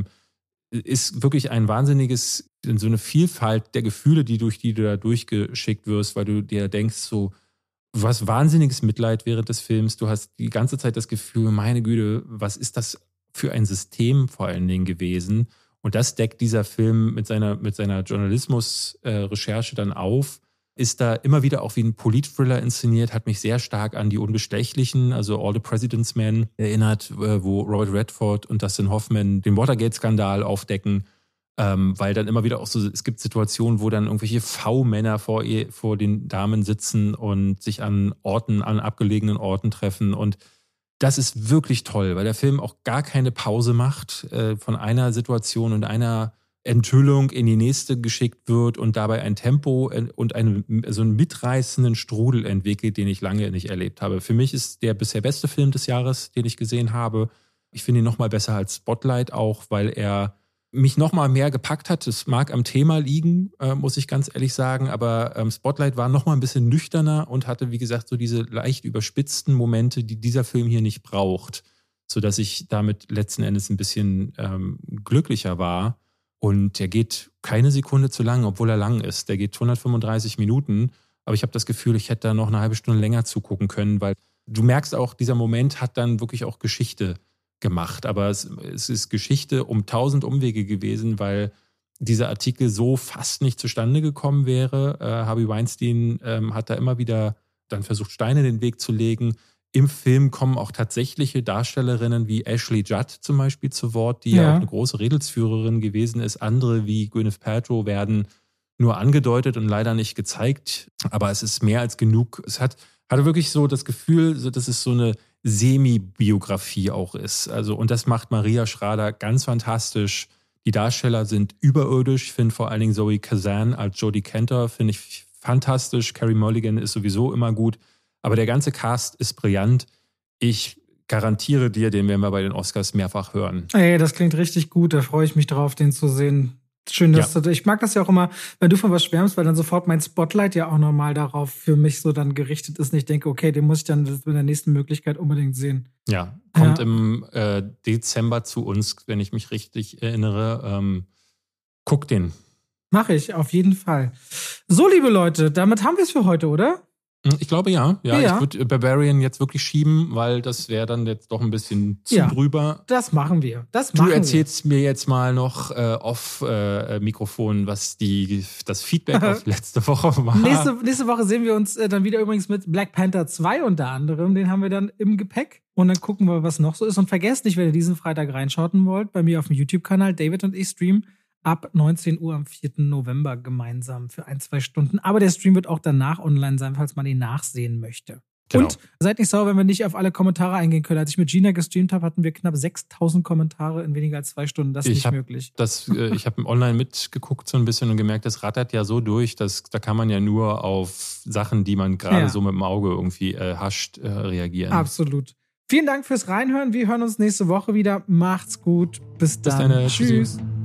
ist wirklich ein wahnsinniges, so eine Vielfalt der Gefühle, die du da durchgeschickt wirst, weil du dir denkst, so, du hast wahnsinniges Mitleid während des Films. Du hast die ganze Zeit das Gefühl, meine Güte, was ist das für ein System vor allen Dingen gewesen? Und das deckt dieser Film mit seiner Journalismus-Recherche dann auf. Ist da immer wieder auch wie ein Polit-Thriller inszeniert, hat mich sehr stark an Die Unbestechlichen, also All the President's Men erinnert, wo Robert Redford und Dustin Hoffman den Watergate-Skandal aufdecken. Weil dann immer wieder auch so, es gibt Situationen, wo dann irgendwelche V-Männer vor den Damen sitzen und sich an abgelegenen Orten treffen. Und das ist wirklich toll, weil der Film auch gar keine Pause macht, von einer Situation und einer Enthüllung in die nächste geschickt wird und dabei ein Tempo und so einen mitreißenden Strudel entwickelt, den ich lange nicht erlebt habe. Für mich ist der bisher beste Film des Jahres, den ich gesehen habe. Ich finde ihn noch mal besser als Spotlight auch, weil er mich noch mal mehr gepackt hat. Es mag am Thema liegen, muss ich ganz ehrlich sagen, aber Spotlight war noch mal ein bisschen nüchterner und hatte, wie gesagt, so diese leicht überspitzten Momente, die dieser Film hier nicht braucht, sodass ich damit letzten Endes ein bisschen glücklicher war. Und der geht keine Sekunde zu lang, obwohl er lang ist. Der geht 135 Minuten, aber ich habe das Gefühl, ich hätte da noch eine halbe Stunde länger zugucken können, weil du merkst auch, dieser Moment hat dann wirklich auch Geschichte gemacht. Aber es ist Geschichte um 1000 Umwege gewesen, weil dieser Artikel so fast nicht zustande gekommen wäre. Harvey Weinstein hat da immer wieder dann versucht, Steine in den Weg zu legen. Im Film kommen auch tatsächliche Darstellerinnen wie Ashley Judd zum Beispiel zu Wort, die ja auch eine große Redelsführerin gewesen ist. Andere wie Gwyneth Paltrow werden nur angedeutet und leider nicht gezeigt. Aber es ist mehr als genug. Hatte wirklich so das Gefühl, dass es so eine Semi-Biografie auch ist. Also, und das macht Maria Schrader ganz fantastisch. Die Darsteller sind überirdisch. Ich finde vor allen Dingen Zoe Kazan als Jodie Cantor finde ich fantastisch. Carey Mulligan ist sowieso immer gut. Aber der ganze Cast ist brillant. Ich garantiere dir, den werden wir bei den Oscars mehrfach hören.
Ey, das klingt richtig gut. Da freue ich mich drauf, den zu sehen. Schön, dass ich mag das ja auch immer, wenn du von was schwärmst, weil dann sofort mein Spotlight ja auch nochmal darauf für mich so dann gerichtet ist. Und ich denke, okay, den muss ich dann in der nächsten Möglichkeit unbedingt sehen.
Ja, kommt im Dezember zu uns, wenn ich mich richtig erinnere. Guck den.
Mache ich, auf jeden Fall. So, liebe Leute, damit haben wir es für heute, oder?
Ich glaube, ja. Ich würde Barbarian jetzt wirklich schieben, weil das wäre dann jetzt doch ein bisschen zu drüber.
Das machen wir.
Du erzählst mir jetzt mal noch off Mikrofon, was das Feedback auf letzte Woche war.
Nächste Woche sehen wir uns dann wieder übrigens mit Black Panther 2 unter anderem. Den haben wir dann im Gepäck. Und dann gucken wir, was noch so ist. Und vergesst nicht, wenn ihr diesen Freitag reinschauen wollt, bei mir auf dem YouTube-Kanal, David und ich streamen ab 19 Uhr am 4. November gemeinsam für 1-2 Stunden. Aber der Stream wird auch danach online sein, falls man ihn nachsehen möchte. Genau. Und seid nicht sauer, wenn wir nicht auf alle Kommentare eingehen können. Als ich mit Gina gestreamt habe, hatten wir knapp 6000 Kommentare in weniger als 2 Stunden. Das ist nicht möglich.
Ich habe online mitgeguckt so ein bisschen und gemerkt, das rattert ja so durch, dass da kann man ja nur auf Sachen, die man gerade so mit dem Auge irgendwie hascht, reagieren.
Absolut. Vielen Dank fürs Reinhören. Wir hören uns nächste Woche wieder. Macht's gut. Bis dann.
Tschüss.